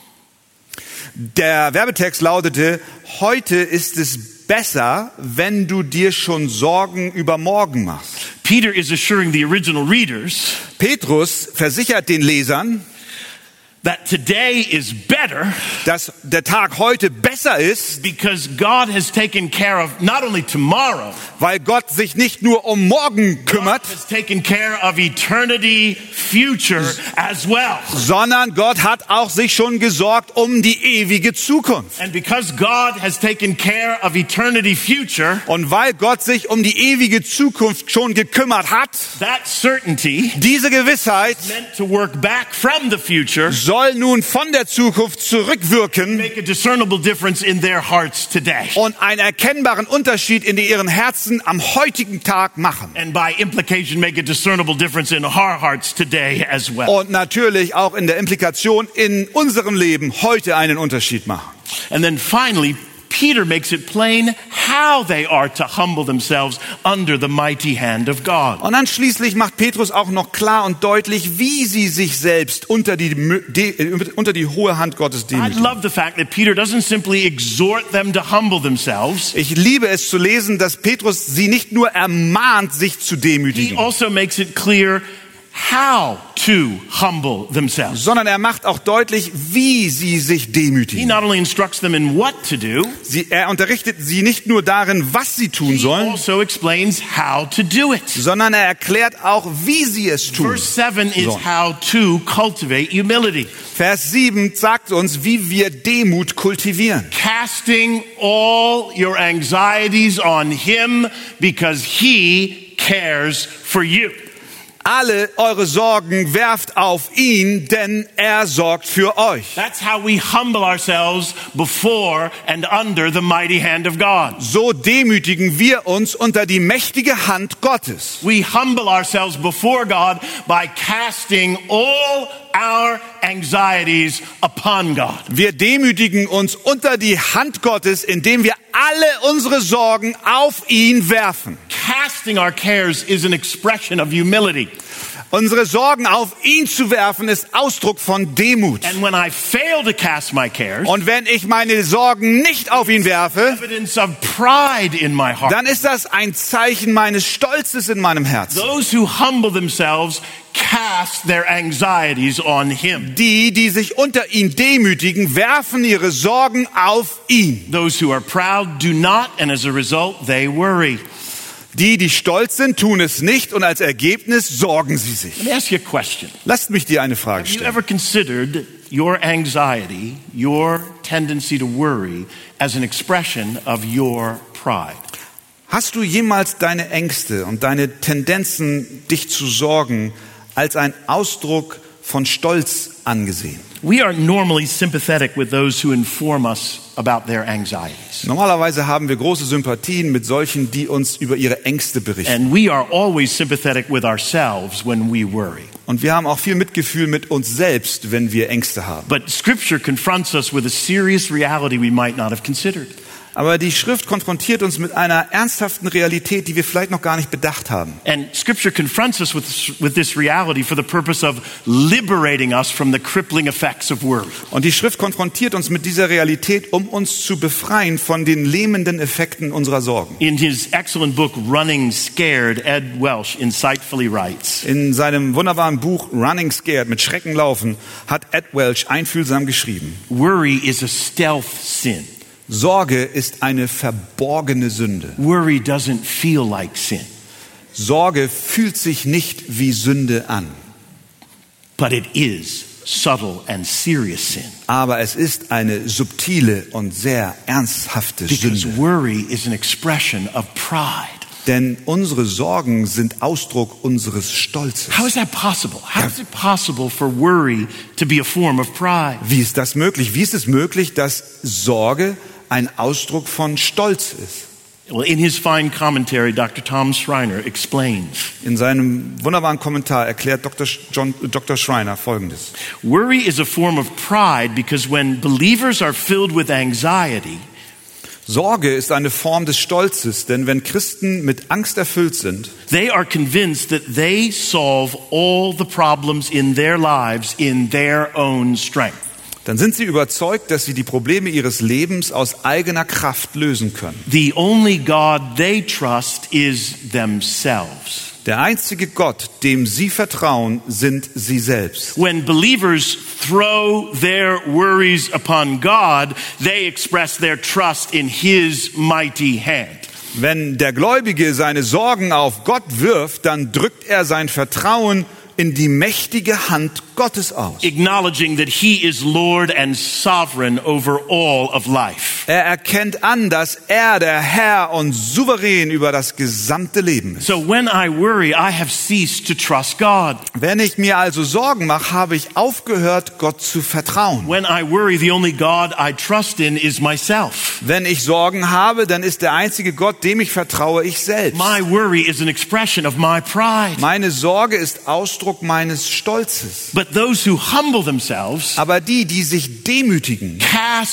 Der Werbetext lautete, heute ist es besser, wenn du dir schon Sorgen über morgen machst. Peter is assuring the original readers Petrus versichert den Lesern, that today is better dass der Tag heute besser ist, because God has taken care of not only tomorrow, weil Gott sich nicht nur um morgen kümmert, God has taken care of eternity future as well. sondern Gott hat auch sich schon gesorgt um die ewige Zukunft. And because God has taken care of eternity future, Und weil Gott sich um die ewige Zukunft schon gekümmert hat, that certainty diese Gewissheit meant to work back from the future, soll nun von der Zukunft zurückwirken make a discernible difference in their hearts today. und einen erkennbaren Unterschied in ihren Herzen am heutigen Tag machen. And by implication, make a discernible difference in our hearts today as well. Und natürlich auch in der Implikation in unserem Leben heute einen Unterschied machen. And then finally, Peter makes it plain how they are to humble themselves under the mighty hand of God. Und dann schließlich macht Petrus auch noch klar und deutlich, wie sie sich selbst unter die, die, unter die hohe Hand Gottes I demütigen. love the fact that Peter doesn't simply exhort them to humble themselves. Ich liebe es zu lesen, dass Petrus sie nicht nur ermahnt, sich zu He demütigen, also makes it clear how to humble themselves. sondern er macht auch deutlich, wie sie sich He demütigen. not only instructs them in what to do, Sie, er unterrichtet sie nicht nur darin, was sie tun he sollen, also explains how to do it. sondern er erklärt auch, wie sie es tun. Verse seven is So. how to cultivate humility. Vers sieben sagt uns, wie wir Demut kultivieren. Casting all your anxieties on him because he cares for you. Alle eure Sorgen werft auf ihn, denn er sorgt für euch. That's how we humble ourselves before and under the mighty hand of God. So demütigen wir uns unter die mächtige Hand Gottes. We humble ourselves before God by casting all our anxieties upon God. Wir demütigen uns unter die Hand Gottes, indem wir alle unsere Sorgen auf ihn werfen. Casting our cares is an expression of humility. Unsere Sorgen auf ihn zu werfen, ist Ausdruck von Demut. And when I fail to cast my cares, Und wenn ich meine Sorgen nicht auf ihn werfe, evidence of pride in my heart. dann ist das ein Zeichen meines Stolzes in meinem Herzen. Those who humble themselves cast their anxieties on him. Die, die sich unter ihn demütigen, werfen ihre Sorgen auf ihn. Those who are proud do not, and as a result, they worry. Die, die stolz sind, tun es nicht und als Ergebnis sorgen sie sich. Let me ask you a question. Lasst mich dir eine Frage Have you stellen. ever considered your anxiety, your tendency to worry, as an expression of your pride? Hast du jemals deine Ängste und deine Tendenzen, dich zu sorgen, als ein Ausdruck von Stolz angesehen? We are normally sympathetic with those who inform us about their anxieties. Normalerweise haben wir große Sympathien mit solchen, die uns über ihre Ängste berichten. And we are always sympathetic with ourselves when we worry. Und wir haben auch viel Mitgefühl mit uns selbst, wenn wir Ängste haben. But Scripture confronts us with a serious reality we might not have considered. Aber die Schrift konfrontiert uns mit einer ernsthaften Realität, die wir vielleicht noch gar nicht bedacht haben. And Scripture confronts us with, with this reality for the purpose of liberating us from the crippling effects of worry. Und die Schrift konfrontiert uns mit dieser Realität, um uns zu befreien von den lähmenden Effekten unserer Sorgen. In his excellent book, Running Scared, Ed Welch insightfully writes, In seinem wunderbaren Buch Running Scared, mit Schrecken laufen, hat Ed Welch einfühlsam geschrieben: worry is a stealth sin. Sorge ist eine verborgene Sünde. Worry doesn't feel like sin, Sorge fühlt sich nicht wie Sünde an, but it is subtle and serious sin. aber es ist eine subtile und sehr ernsthafte Because Sünde. worry is an expression of pride. Denn unsere Sorgen sind Ausdruck unseres Stolzes. How is that possible? How is it possible for worry to be a form of pride? Wie ist das möglich? Wie ist es möglich, dass Sorge ein Ausdruck von Stolz ist? Well, in his fine commentary, Doctor Tom Schreiner explains, In seinem wunderbaren Kommentar erklärt Doktor John, Doktor Schreiner Folgendes: worry is a form of pride because when believers are filled with anxiety, Sorge ist eine Form des Stolzes, denn wenn Christen mit Angst erfüllt sind, they are convinced that they solve all the problems in their lives in their own strength. dann sind sie überzeugt, dass sie die Probleme ihres Lebens aus eigener Kraft lösen können. The only God they trust is themselves. Der einzige Gott, dem sie vertrauen, sind sie selbst. When believers throw their worries upon God, they express their trust in His mighty hand. Wenn der Gläubige seine Sorgen auf Gott wirft, dann drückt er sein Vertrauen in die mächtige Hand Gottes aus. Acknowledging that He is Lord and sovereign over all of life. Er erkennt an, dass er der Herr und souverän über das gesamte Leben ist. So when I worry, I have ceased to trust God. Wenn ich mir also Sorgen mache, habe ich aufgehört, Gott zu vertrauen. When I worry, the only God I trust in is myself. Wenn ich Sorgen habe, dann ist der einzige Gott, dem ich vertraue, ich selbst. My worry is an expression of my pride. Meine Sorge ist Ausdruck meines Stolzes. But those who humble themselves Aber die, die sich demütigen, cast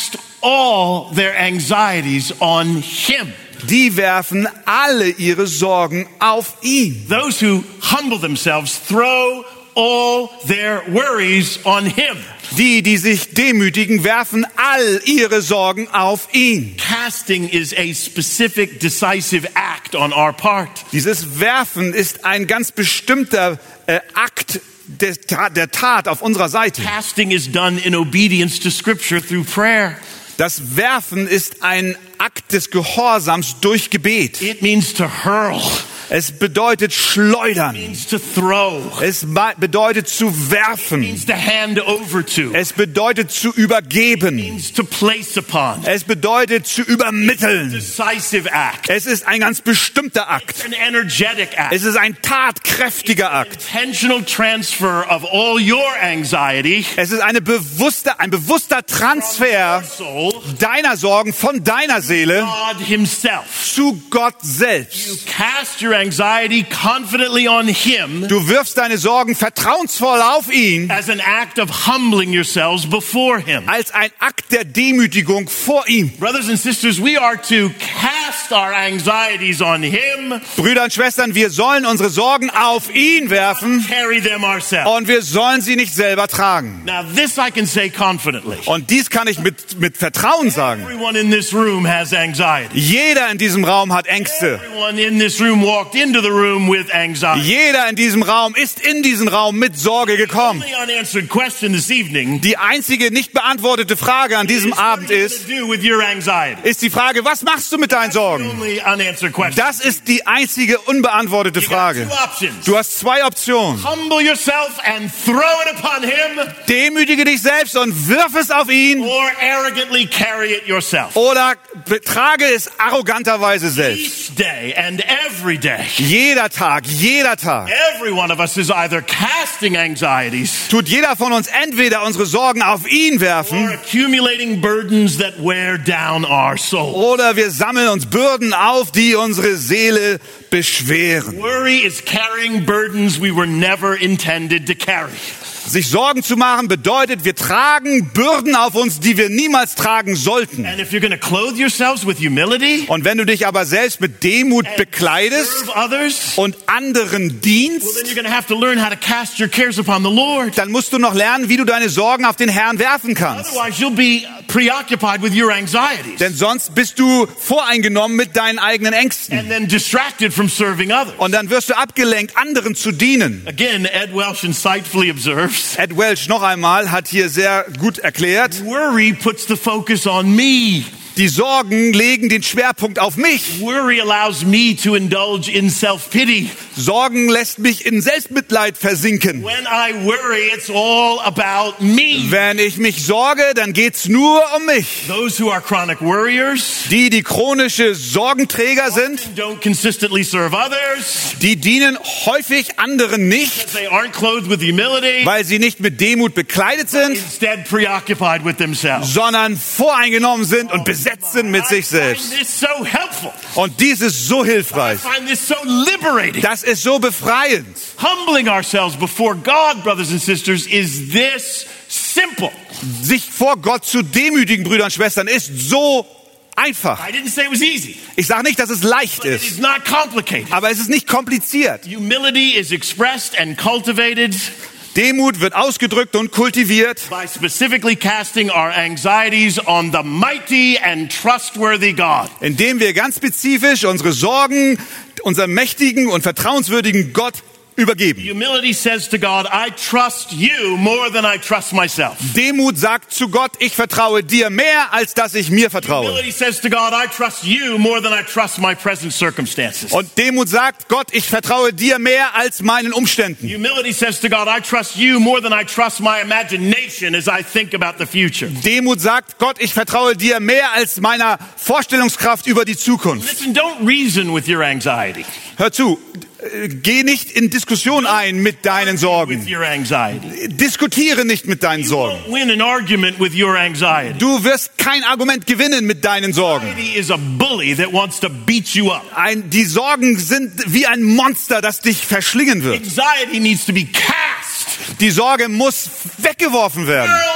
all their anxieties on him. Die werfen alle ihre Sorgen auf ihn. Those who humble themselves throw all their worries on him. Die, die sich demütigen, werfen all ihre Sorgen auf ihn. Casting is a specific decisive act on our part. Dieses Werfen ist ein ganz bestimmter äh, Akt der Tat, der Tat auf unserer Seite. Casting is done in obedience to Scripture through prayer. Das Werfen ist ein Akt des Gehorsams durch Gebet. It means to hurl. Es bedeutet schleudern. It means to throw. Es bedeutet zu It werfen. means to hand over to. Es bedeutet zu It übergeben. means to place upon. Es bedeutet zu übermitteln. Decisive act. Es ist ein ganz bestimmter Akt. It's an energetic act. Es ist ein tatkräftiger Akt. Intentional transfer of all your anxiety Es ist eine bewusste, ein bewusster Transfer soul deiner Sorgen von deiner Seele God himself. zu Gott selbst. Cast your anxiety confidently on him Du wirfst deine Sorgen vertrauensvoll auf ihn as an act of humbling yourselves before him. als ein Akt der Demütigung vor ihm. Brothers and sisters, we are to cast our anxieties on him, Brüder und Schwestern, wir sollen unsere Sorgen auf ihn werfen carry them ourselves. und wir sollen sie nicht selber tragen. Now this I can say confidently. Und dies kann ich mit, mit Vertrauen sagen. Everyone in this room has anxiety. Jeder in diesem Raum hat Ängste. Everyone in this room walked into the room with anxiety. Jeder in diesem Raum ist in diesen Raum mit Sorge gekommen. The only unanswered question this evening Die einzige nicht beantwortete Frage an diesem is what Abend are you ist, gonna do with your anxiety? ist die Frage, was machst du mit deinen The Sorgen? only unanswered question. Das ist die einzige unbeantwortete You got Frage. two options. Du hast zwei Optionen. Humble yourself and throw it upon him, Demütige dich selbst und wirf es auf ihn or arrogantly carry it yourself. oder trage es arroganterweise selbst. Each day and every day, Jeder Tag, jeder Tag every one of us is either casting anxieties tut jeder von uns entweder unsere Sorgen auf ihn or werfen accumulating burdens that wear down our soul. oder wir sammeln uns Bürden auf, die unsere Seele beschweren. Worry is carrying burdens we were never intended to carry. Sich Sorgen zu machen bedeutet, wir tragen Bürden auf uns, die wir niemals tragen sollten. And if you're going to clothe yourselves with humility, Und wenn du dich aber selbst mit Demut bekleidest serve others, und anderen well, dienst, then you're going to have to learn how to cast your cares upon the Lord. dann musst du noch lernen, wie du deine Sorgen auf den Herrn werfen kannst. Otherwise, you'll be preoccupied with your anxieties Denn sonst bist du voreingenommen mit deinen eigenen Ängsten. and then distracted from serving others. Und dann wirst du abgelenkt, anderen zu dienen. Again, Ed Welch insightfully observes, Ed Welch noch einmal hat hier sehr gut erklärt, worry puts the focus on me. die Sorgen legen den Schwerpunkt auf mich. Worry allows me to indulge in self-pity. Sorgen lässt mich in Selbstmitleid versinken. When I worry, it's all about me. Wenn ich mich sorge, dann geht's nur um mich. Those who are chronic worriers Die, die chronische Sorgenträger sind, don't consistently serve others. die dienen häufig anderen nicht, They aren't clothed with humility, weil sie nicht mit Demut bekleidet sind, instead preoccupied with themselves. sondern voreingenommen sind und besetzt sind mit sich I selbst. find this so helpful. Und dies ist so I hilfreich. find this so liberating. Das ist so befreiend. Humbling ourselves before God, brothers and sisters, is this simple. Sich vor Gott zu demütigen, Brüder und Schwestern, ist so einfach. I didn't say it was easy, Ich sage nicht, dass es leicht but it is ist, not complicated. aber es ist nicht kompliziert. Humility is expressed and cultivated Demut wird ausgedrückt und kultiviert, by specifically casting our anxieties on the mighty and trustworthy God. indem wir ganz spezifisch unsere Sorgen unserem mächtigen und vertrauenswürdigen Gott übergeben. Humility says to God, I trust you more than I trust myself. Demut sagt zu Gott, ich vertraue dir mehr, als dass ich mir vertraue. Humility says to God, I trust you more than I trust my present circumstances. Und Demut sagt, Gott, ich vertraue dir mehr als meinen Umständen. Humility says to God, I trust you more than I trust my imagination as I think about the future. Demut sagt, Gott, ich vertraue dir mehr als meiner Vorstellungskraft über die Zukunft. Listen, don't reason with your anxiety. Hör zu, äh, geh nicht in Diskussion ein mit deinen With Sorgen. your anxiety. Diskutiere nicht mit deinen You Sorgen. won't win an argument with your anxiety. Du wirst kein Argument gewinnen mit deinen Sorgen. Anxiety is a bully that wants to beat you up. Ein, die Sorgen sind wie ein Monster, das dich verschlingen wird. Anxiety needs to be cast, Die Sorge muss weggeworfen werden. hurled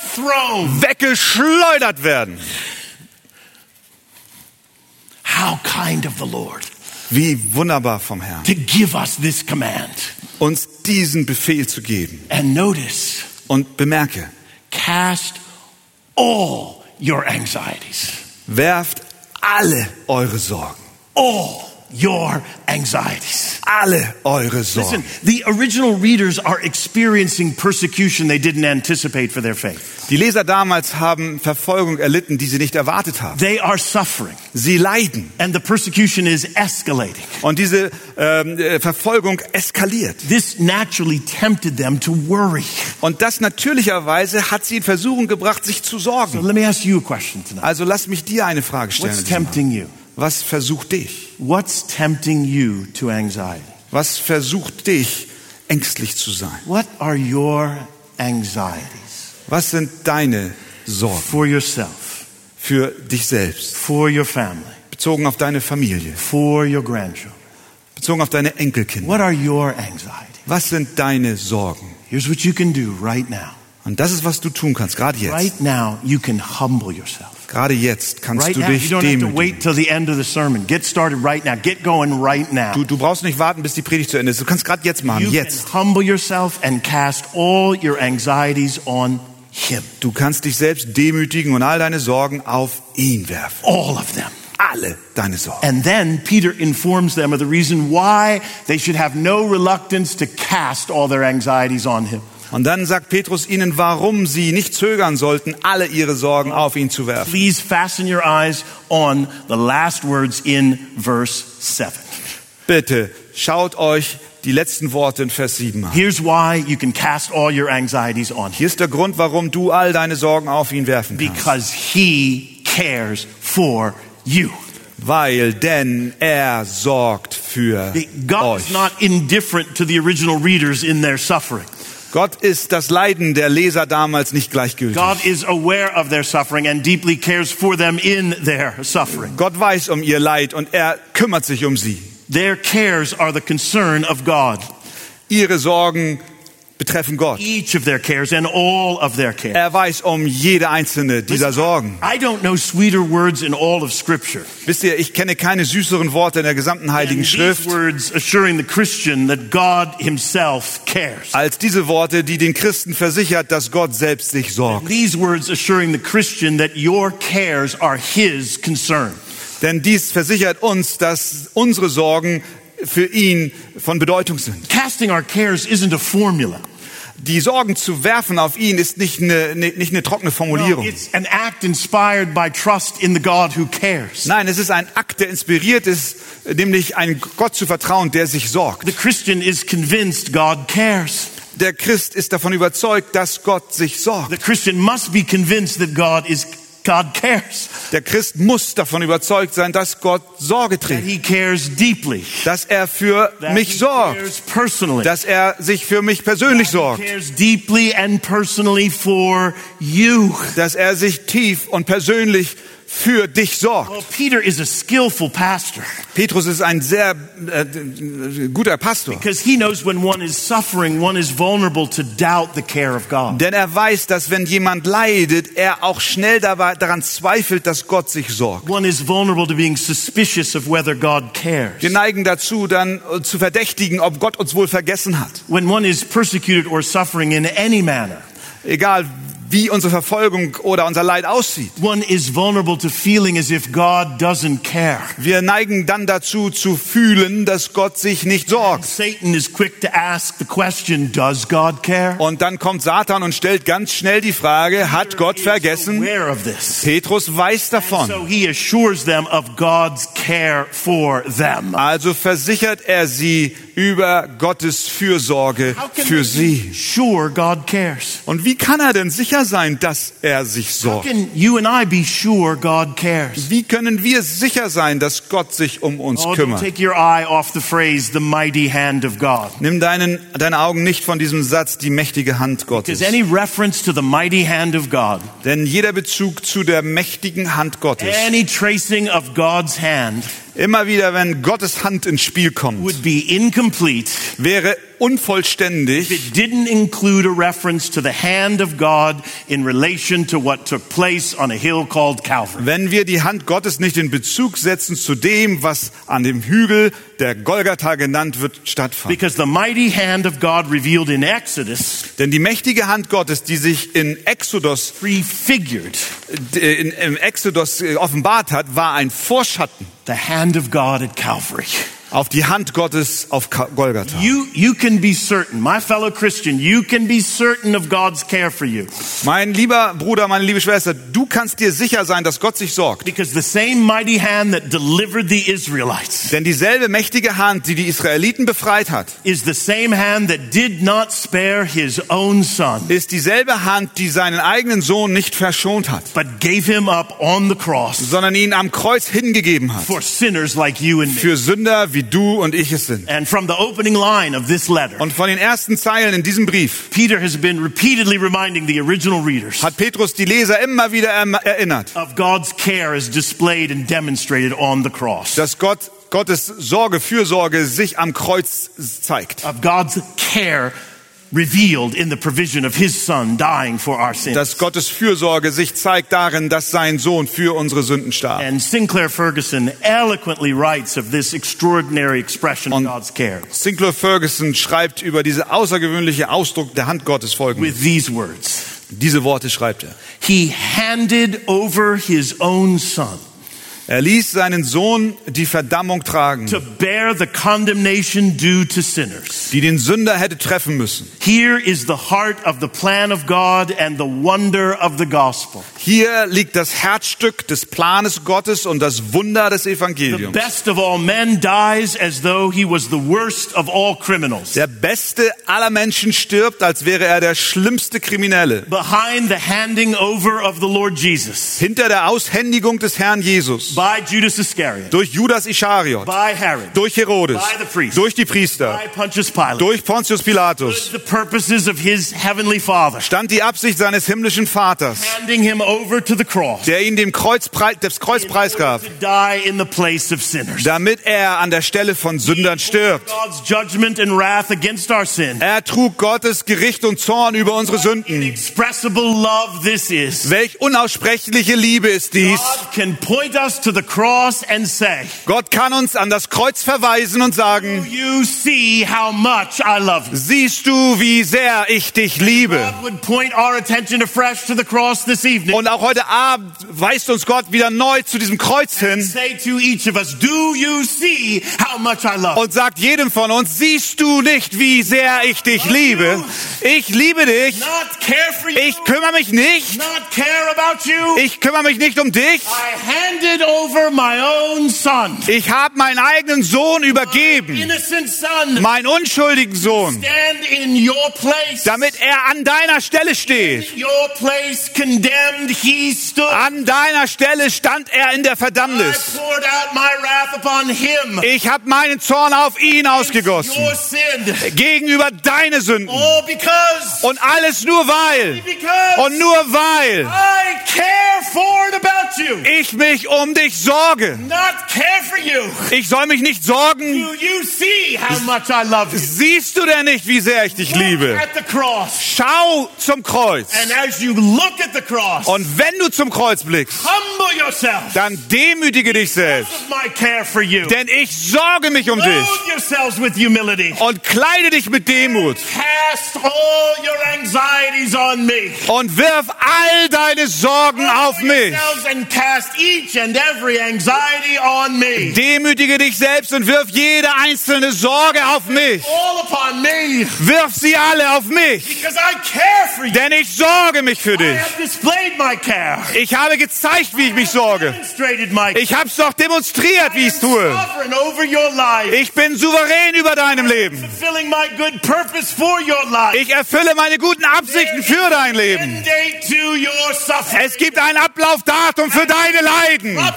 thrown. weggeschleudert werden. How kind of the Lord Wie wunderbar vom Herrn, to give us this command. uns diesen Befehl zu geben. And notice, Und bemerke, cast all your anxieties. werft alle eure Sorgen. All your anxieties. Alle eure Sorgen. Listen, the original readers are experiencing persecution they didn't anticipate for their faith. Die Leser damals haben Verfolgung erlitten, die sie nicht erwartet haben. They are suffering, Sie leiden. and the persecution is escalating. Und diese ähm, äh, Verfolgung eskaliert. This naturally tempted them to worry. Und das natürlicherweise hat sie in Versuchung gebracht, sich zu So sorgen. let me ask you a question tonight. Also lass mich dir eine Frage stellen. What's in diesem tempting you? Abend. Was versucht dich? What's tempting you to anxiety? Was versucht dich, ängstlich zu sein? What are your anxieties Was sind deine Sorgen for yourself, für dich selbst? for your family, Bezogen auf deine Familie, for your grandchildren? bezogen auf deine Enkelkinder. What are your anxieties? Was sind deine Sorgen? Here's what you can do right now. Und das ist, was du tun kannst, gerade jetzt. Right now, you can humble yourself. Gerade jetzt kannst Right du now, you dich don't have to demütigen. wait till the end of the sermon. Get started right now. Get going right now. Du, du brauchst nicht warten, bis die Predigt zu Ende ist. Du kannst gerade jetzt machen, You jetzt. can humble yourself and cast all your anxieties on Him. Du kannst dich selbst demütigen und all deine Sorgen auf ihn werfen. All of them. Alle deine Sorgen. And then Peter informs them of the reason why they should have no reluctance to cast all their anxieties on Him. Und dann sagt Petrus ihnen, warum sie nicht zögern sollten, alle ihre Sorgen auf ihn zu werfen. Please fasten your eyes on the last words in verse seven. Bitte schaut euch die letzten Worte in Vers sieben an. Here's why you can cast all your anxieties on Him. Hier ist der Grund, warum du all deine Sorgen auf ihn werfen kannst. Because He cares for you. Weil, denn er sorgt für God euch. is not indifferent to the original readers in their suffering. Gott ist das Leiden der Leser damals nicht gleichgültig. God is aware of their suffering and deeply cares for them in their suffering. Gott weiß um ihr Leid und er kümmert sich um sie. Their cares are the concern of God. Ihre Sorgen betreffen Gott. Each of their cares and all of their cares. Er weiß um jede einzelne dieser Sorgen. I don't know sweeter words in all of Scripture Wisst ihr, ich kenne keine süßeren Worte in der gesamten Heiligen than Schrift these words assuring the Christian that God Himself cares. als diese Worte, die den Christen versichert, dass Gott selbst sich sorgt. These words assuring the Christian that your cares are His concern. Denn dies versichert uns, dass unsere Sorgen für ihn von Bedeutung sind. Casting our cares isn't a formula. Die Sorgen zu werfen auf ihn ist nicht eine, nicht eine trockene No, Formulierung. it's an act inspired by trust in the God who cares. Nein, es ist ein Akt, der inspiriert ist, nämlich einem Gott zu vertrauen, der sich sorgt. The Christian is convinced God cares. Der Christ ist davon überzeugt, dass Gott sich sorgt. The Christian must be convinced that God is God cares. Der Christ muss davon überzeugt sein, dass Gott Sorge That trägt, He cares deeply. dass er für That mich He sorgt, cares personally. dass er sich für mich persönlich He sorgt, cares deeply and personally for you. dass er sich tief und persönlich für dich sorgt. Well, Peter is a skillful pastor Petrus ist ein sehr äh, guter Pastor, because he knows when one is suffering, one is vulnerable to doubt the care of God. denn er weiß, dass wenn jemand leidet, er auch schnell dabei, daran zweifelt, dass Gott sich sorgt. One is vulnerable to being suspicious of whether God cares. Wir neigen dazu, dann äh, zu verdächtigen, ob Gott uns wohl vergessen hat. When one is persecuted or suffering in any manner, Egal wie unsere Verfolgung oder unser Leid aussieht. one is vulnerable to feeling as if God doesn't care. Wir neigen dann dazu zu fühlen, dass Gott sich nicht sorgt. Satan is quick to ask the question, does God care? Und dann kommt Satan und stellt ganz schnell die Frage, hat Gott Peter is vergessen? aware of this. Petrus weiß So davon. he assures them of God's care for them. Also versichert er sie über Gottes Fürsorge How can für they be sie. sure God cares? Und wie kann er denn sicher sein, dass er sich How sorgt? can you and I be sure God cares? Wie können wir sicher sein, dass Gott sich um uns Oh, don't kümmert? take your eye off the phrase, the mighty hand of God. Nimm deinen, deine Augen nicht von diesem Satz, die mächtige Hand Gottes. Because any reference to the mighty hand of God, Denn jeder Bezug zu der mächtigen Hand Gottes, any tracing of God's hand, Immer wieder, wenn Gottes Hand ins Spiel kommt, would be incomplete wäre unvollständig, if it didn't include a reference to the hand of God in relation to what took place on a hill called Calvary. wenn wir die Hand Gottes nicht in Bezug setzen zu dem, was an dem Hügel, der Golgatha genannt wird, stattfand. Because the mighty hand of God revealed in Exodus Denn die mächtige Hand Gottes, die sich in Exodus, prefigured äh, in, im Exodus äh, offenbart hat, war ein Vorschatten the hand of God at Calvary. auf die Hand Gottes auf Ka- Golgatha. You, you can be certain, my fellow Christian, you can be certain of God's care for you. Mein lieber Bruder, meine liebe Schwester, du kannst dir sicher sein, dass Gott sich sorgt. Because the same mighty hand that delivered the Israelites Denn dieselbe mächtige Hand, die die Israeliten befreit hat, is the same hand that did not spare his own son, ist dieselbe Hand, die seinen eigenen Sohn nicht verschont hat, but gave him up on the cross sondern ihn am Kreuz hingegeben hat. for sinners like you and me. Für Sünder, wie du und ich es sind. And from the opening line of this letter, Und von den ersten Zeilen in diesem Brief Peter has been repeatedly reminding the original readers hat Petrus die Leser immer wieder erm- erinnert, of God's care as displayed and demonstrated on the cross. dass Gott, Gottes Sorge, Fürsorge sich am Kreuz zeigt. Of God's care revealed in the provision of his son dying for our sins. Dass Gottes Fürsorge sich zeigt darin, dass sein Sohn für unsere Sünden starb. And Sinclair Ferguson eloquently writes of this extraordinary expression of Und God's care Sinclair Ferguson schreibt über diese außergewöhnliche Ausdruck der Hand Gottes folgendes. with these words. Diese Worte schreibt er. He handed over his own son Er ließ seinen Sohn die Verdammung tragen, to bear the condemnation due to sinners. die den Sünder hätte treffen müssen. Here is the heart of the plan of God and the wonder of the gospel. Hier liegt das Herzstück des Planes Gottes und das Wunder des The Evangeliums. best of all men dies as though he was the worst of all criminals. Der beste aller Menschen stirbt, als wäre er der schlimmste Kriminelle. Behind the handing over of the Lord Jesus Hinter der Aushändigung des Herrn Jesus by Judas Iscariot, durch Judas Ischariot, by Herod, durch Herodes, by the priests, durch die Priester, by Pontius Pilate, durch Pontius Pilatus the purposes of his heavenly Father, stand die Absicht seines himmlischen Vaters, handing him over to the cross, der ihn dem Kreuz, prei- das Kreuz in preisgab, order to die in the place of sinners. damit er an der Stelle von Sündern stirbt. God's judgment and wrath against our sin. Er trug Gottes Gericht und Zorn über unsere Sünden. Inexpressible love this is. Welch unaussprechliche Liebe ist dies. God can point us to the cross and say, Gott kann uns an das Kreuz verweisen und sagen, you see how much I love you. siehst du, wie sehr ich dich liebe. God would point our attention afresh to the cross this evening. Und auch heute Abend weist uns Gott wieder neu zu diesem Kreuz hin Say to each of us, do you see how much I love you? und sagt jedem von uns, siehst du nicht, wie sehr ich dich liebe? Ich liebe dich. Not care for you. Ich kümmere mich nicht. Not care about you. Ich kümmere mich nicht um dich. I handed over my own son. Ich habe meinen eigenen Sohn übergeben, Innocent son. meinen unschuldigen Sohn, Stand in your place. damit er an deiner Stelle steht. Your place condemned, he stood. An deiner Stelle stand er in der I Verdammnis. poured out my wrath upon him. Ich habe meinen Zorn auf ihn ausgegossen. Your sin. Gegenüber deine Sünden. All because. Und alles nur weil. Because. Und nur weil I care for it about you. ich mich um dich sorge. Not care for you. Ich soll mich nicht sorgen. Do you see how much I love you? Siehst du denn nicht, wie sehr ich dich liebe? Look at the cross. Schau zum Kreuz. And as you look at the cross, Und wenn du zum Kreuz blickst, humble yourself dann demütige dich selbst. of my care for you. Denn ich sorge mich um dich. Clothe yourselves with humility. Und kleide dich mit Demut. Cast all your anxieties on me. Und wirf all deine Sorgen auf Humble mich. yourselves and cast each and every anxiety on me. Demütige dich selbst und wirf jede einzelne Sorge auf mich. All upon me. Wirf sie alle auf mich. Because I care for you. Denn ich sorge mich für I dich. have displayed my care. Ich habe gezeigt, wie ich mich sorge. Demonstrated my Ich habe es doch demonstriert, wie ich es tue. sovereign over your life. Ich bin souverän über deinem Leben. Fulfilling my good purpose for your life. Ich erfülle meine guten Absichten für dein Leben. End date to your suffering. Es gibt ein Ablaufdatum für deine Leiden. Proper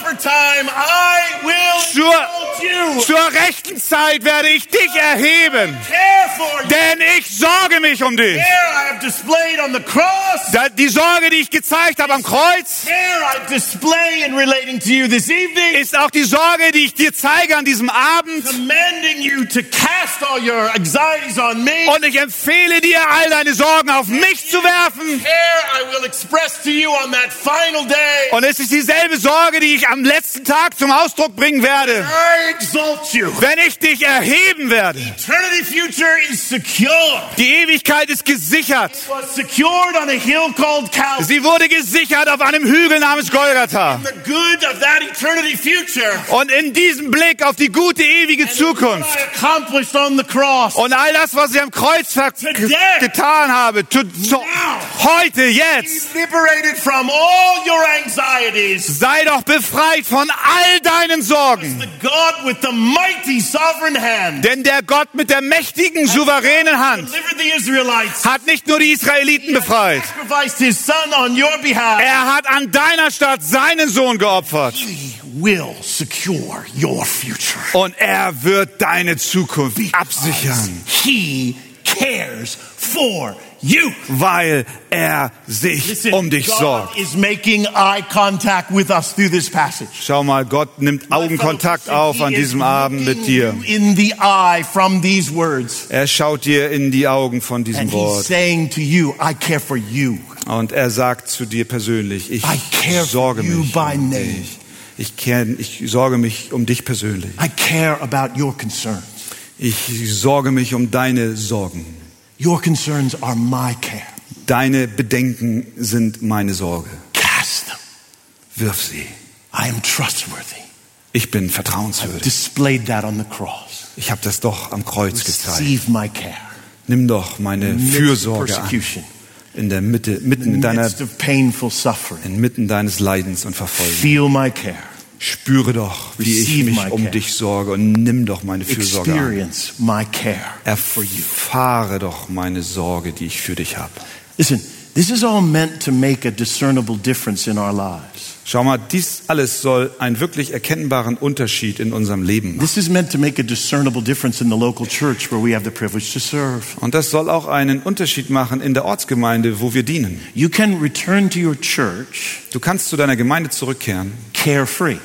proper time, I will Zur, exalt you. zur rechten Zeit werde ich dich erheben, Care for you. denn ich sorge mich um dich. Care I have displayed on the cross. Da- Die Sorge, die ich gezeigt habe am Kreuz, Care I display in relating to you this evening. ist auch die Sorge, die ich dir zeige an diesem Abend. Commanding you to cast all your anxieties on me. Und ich empfehle dir, all deine Sorgen auf mich zu werfen. Care I will express to you on that final day. Und es ist dieselbe Sorge, die ich am letzten Tag zum Ausdruck bringen werde, I exalt you. wenn ich dich erheben werde. Eternity future is secure. Die Ewigkeit ist gesichert. It was secured on a hill called Calvary. Sie wurde gesichert auf einem Hügel namens Golgatha. The good of that eternity future. Und in diesem Blick auf die gute, ewige Zukunft I accomplished on the cross. und all das, was ich am Kreuz ver- getan habe, zu, zu, heute, jetzt, Liberated from all your anxieties. sei doch befreit von all deinen Sorgen. The God with the mighty sovereign hand Denn der Gott mit der mächtigen, souveränen Hand delivered the Israelites. hat nicht nur die Israeliten befreit, Sacrificed his son on your behalf. er hat an deiner Stadt seinen Sohn geopfert. He will secure your future. Und er wird deine Zukunft absichern, He cares for you. weil er sich Listen, um dich God sorgt. is making eye contact with us through this passage. Schau mal, Gott nimmt Augenkontakt auf an diesem Abend mit dir. In the eye from these words. Er schaut dir in die Augen von diesem And he's Wort. saying to you, I care for you. Und er sagt zu dir persönlich, ich I care sorge for you mich by um name. dich. Ich, kenn, ich sorge mich um dich persönlich. I care about your concerns. Ich sorge mich um deine Sorgen. Your concerns are my care. Deine Bedenken sind meine Sorge. Cast them. Wirf sie. I am trustworthy. Ich bin vertrauenswürdig. Displayed that on the cross. Ich habe das doch am Kreuz gezeigt. Receive my care. Nimm doch meine In the midst of Fürsorge an. persecution. In der Mitte, In mitten the in deiner, midst of painful suffering. inmitten deines Leidens und Verfolgung. Feel my care. Spüre doch, wie ich Receive mich my um care. dich sorge und nimm doch meine Fürsorge an. Experience my care for you. Erfahre doch meine Sorge, die ich für dich habe. Listen, this is all meant to make a discernible difference in our lives. Schau mal, dies alles soll einen wirklich erkennbaren Unterschied in unserem Leben machen. This is meant to make a discernible difference in the local church where we have the privilege to serve. Und das soll auch einen Unterschied machen in der Ortsgemeinde, wo wir dienen. You can return to your church Du kannst zu deiner Gemeinde zurückkehren, carefree.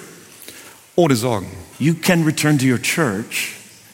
ohne Sorgen. You can return to your church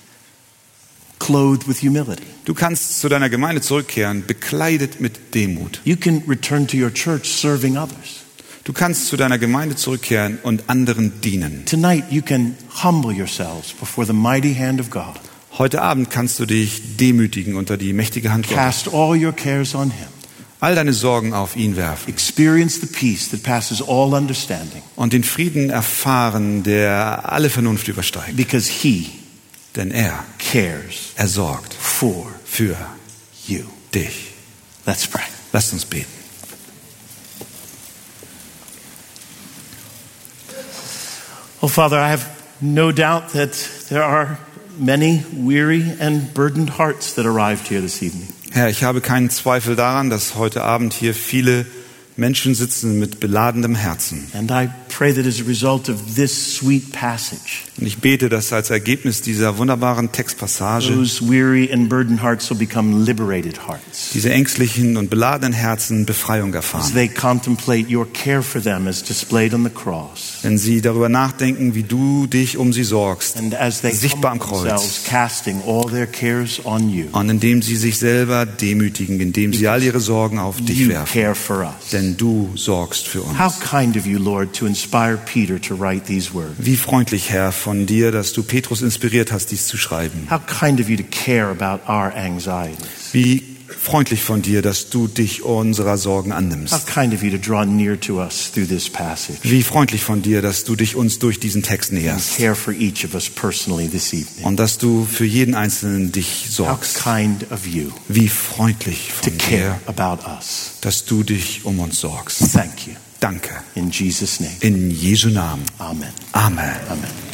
clothed with humility. Du kannst zu deiner Gemeinde zurückkehren, bekleidet mit Demut. You can return to your church serving others. Du kannst zu deiner Gemeinde zurückkehren und anderen dienen. Tonight you can humble yourselves before the mighty hand of God. Heute Abend kannst du dich demütigen unter die mächtige Hand Gottes. Cast all your cares on him. All deine Sorgen auf ihn werfen Experience the peace that passes all understanding und den Frieden erfahren, der alle Vernunft übersteigt. because he Denn er, cares er sorgt for für you. dich. Let's pray. Lasst uns beten. Oh, Father, I have no doubt that there are many weary and burdened hearts that arrived here this evening. Herr, ich habe keinen Zweifel daran, dass heute Abend hier viele Menschen sitzen mit beladenem Herzen. And I pray that as a result of this sweet passage, Und ich bete, dass als Ergebnis dieser wunderbaren Textpassage those weary and burdened hearts will become liberated hearts diese ängstlichen und beladenen Herzen Befreiung as erfahren. they contemplate your care for them as displayed on the cross. Wenn sie darüber nachdenken, wie du dich um sie sorgst, And as they sichtbar am humble themselves, Kreuz. casting all their cares on you, Und indem sie sich selber demütigen, indem sie all ihre Sorgen auf dich you werfen. care for us. Denn du sorgst für uns. How kind of you, Lord, to inspire Peter to write these words. Wie freundlich, Herr, von dir, dass du Petrus inspiriert hast, dies zu schreiben. How kind of you to care about our anxieties. Wie freundlich von dir, dass du dich unserer Sorgen How annimmst. kind of you to draw near to us through this passage. Wie freundlich von dir, dass du dich uns durch diesen Text And näherst. care for each of us personally this evening. Und dass du für jeden Einzelnen dich How sorgst. kind of you Wie freundlich to von care dir, about us. dass du dich um uns sorgst. Thank you. Danke. In Jesus' name. In Jesu Namen. Amen. Amen. Amen.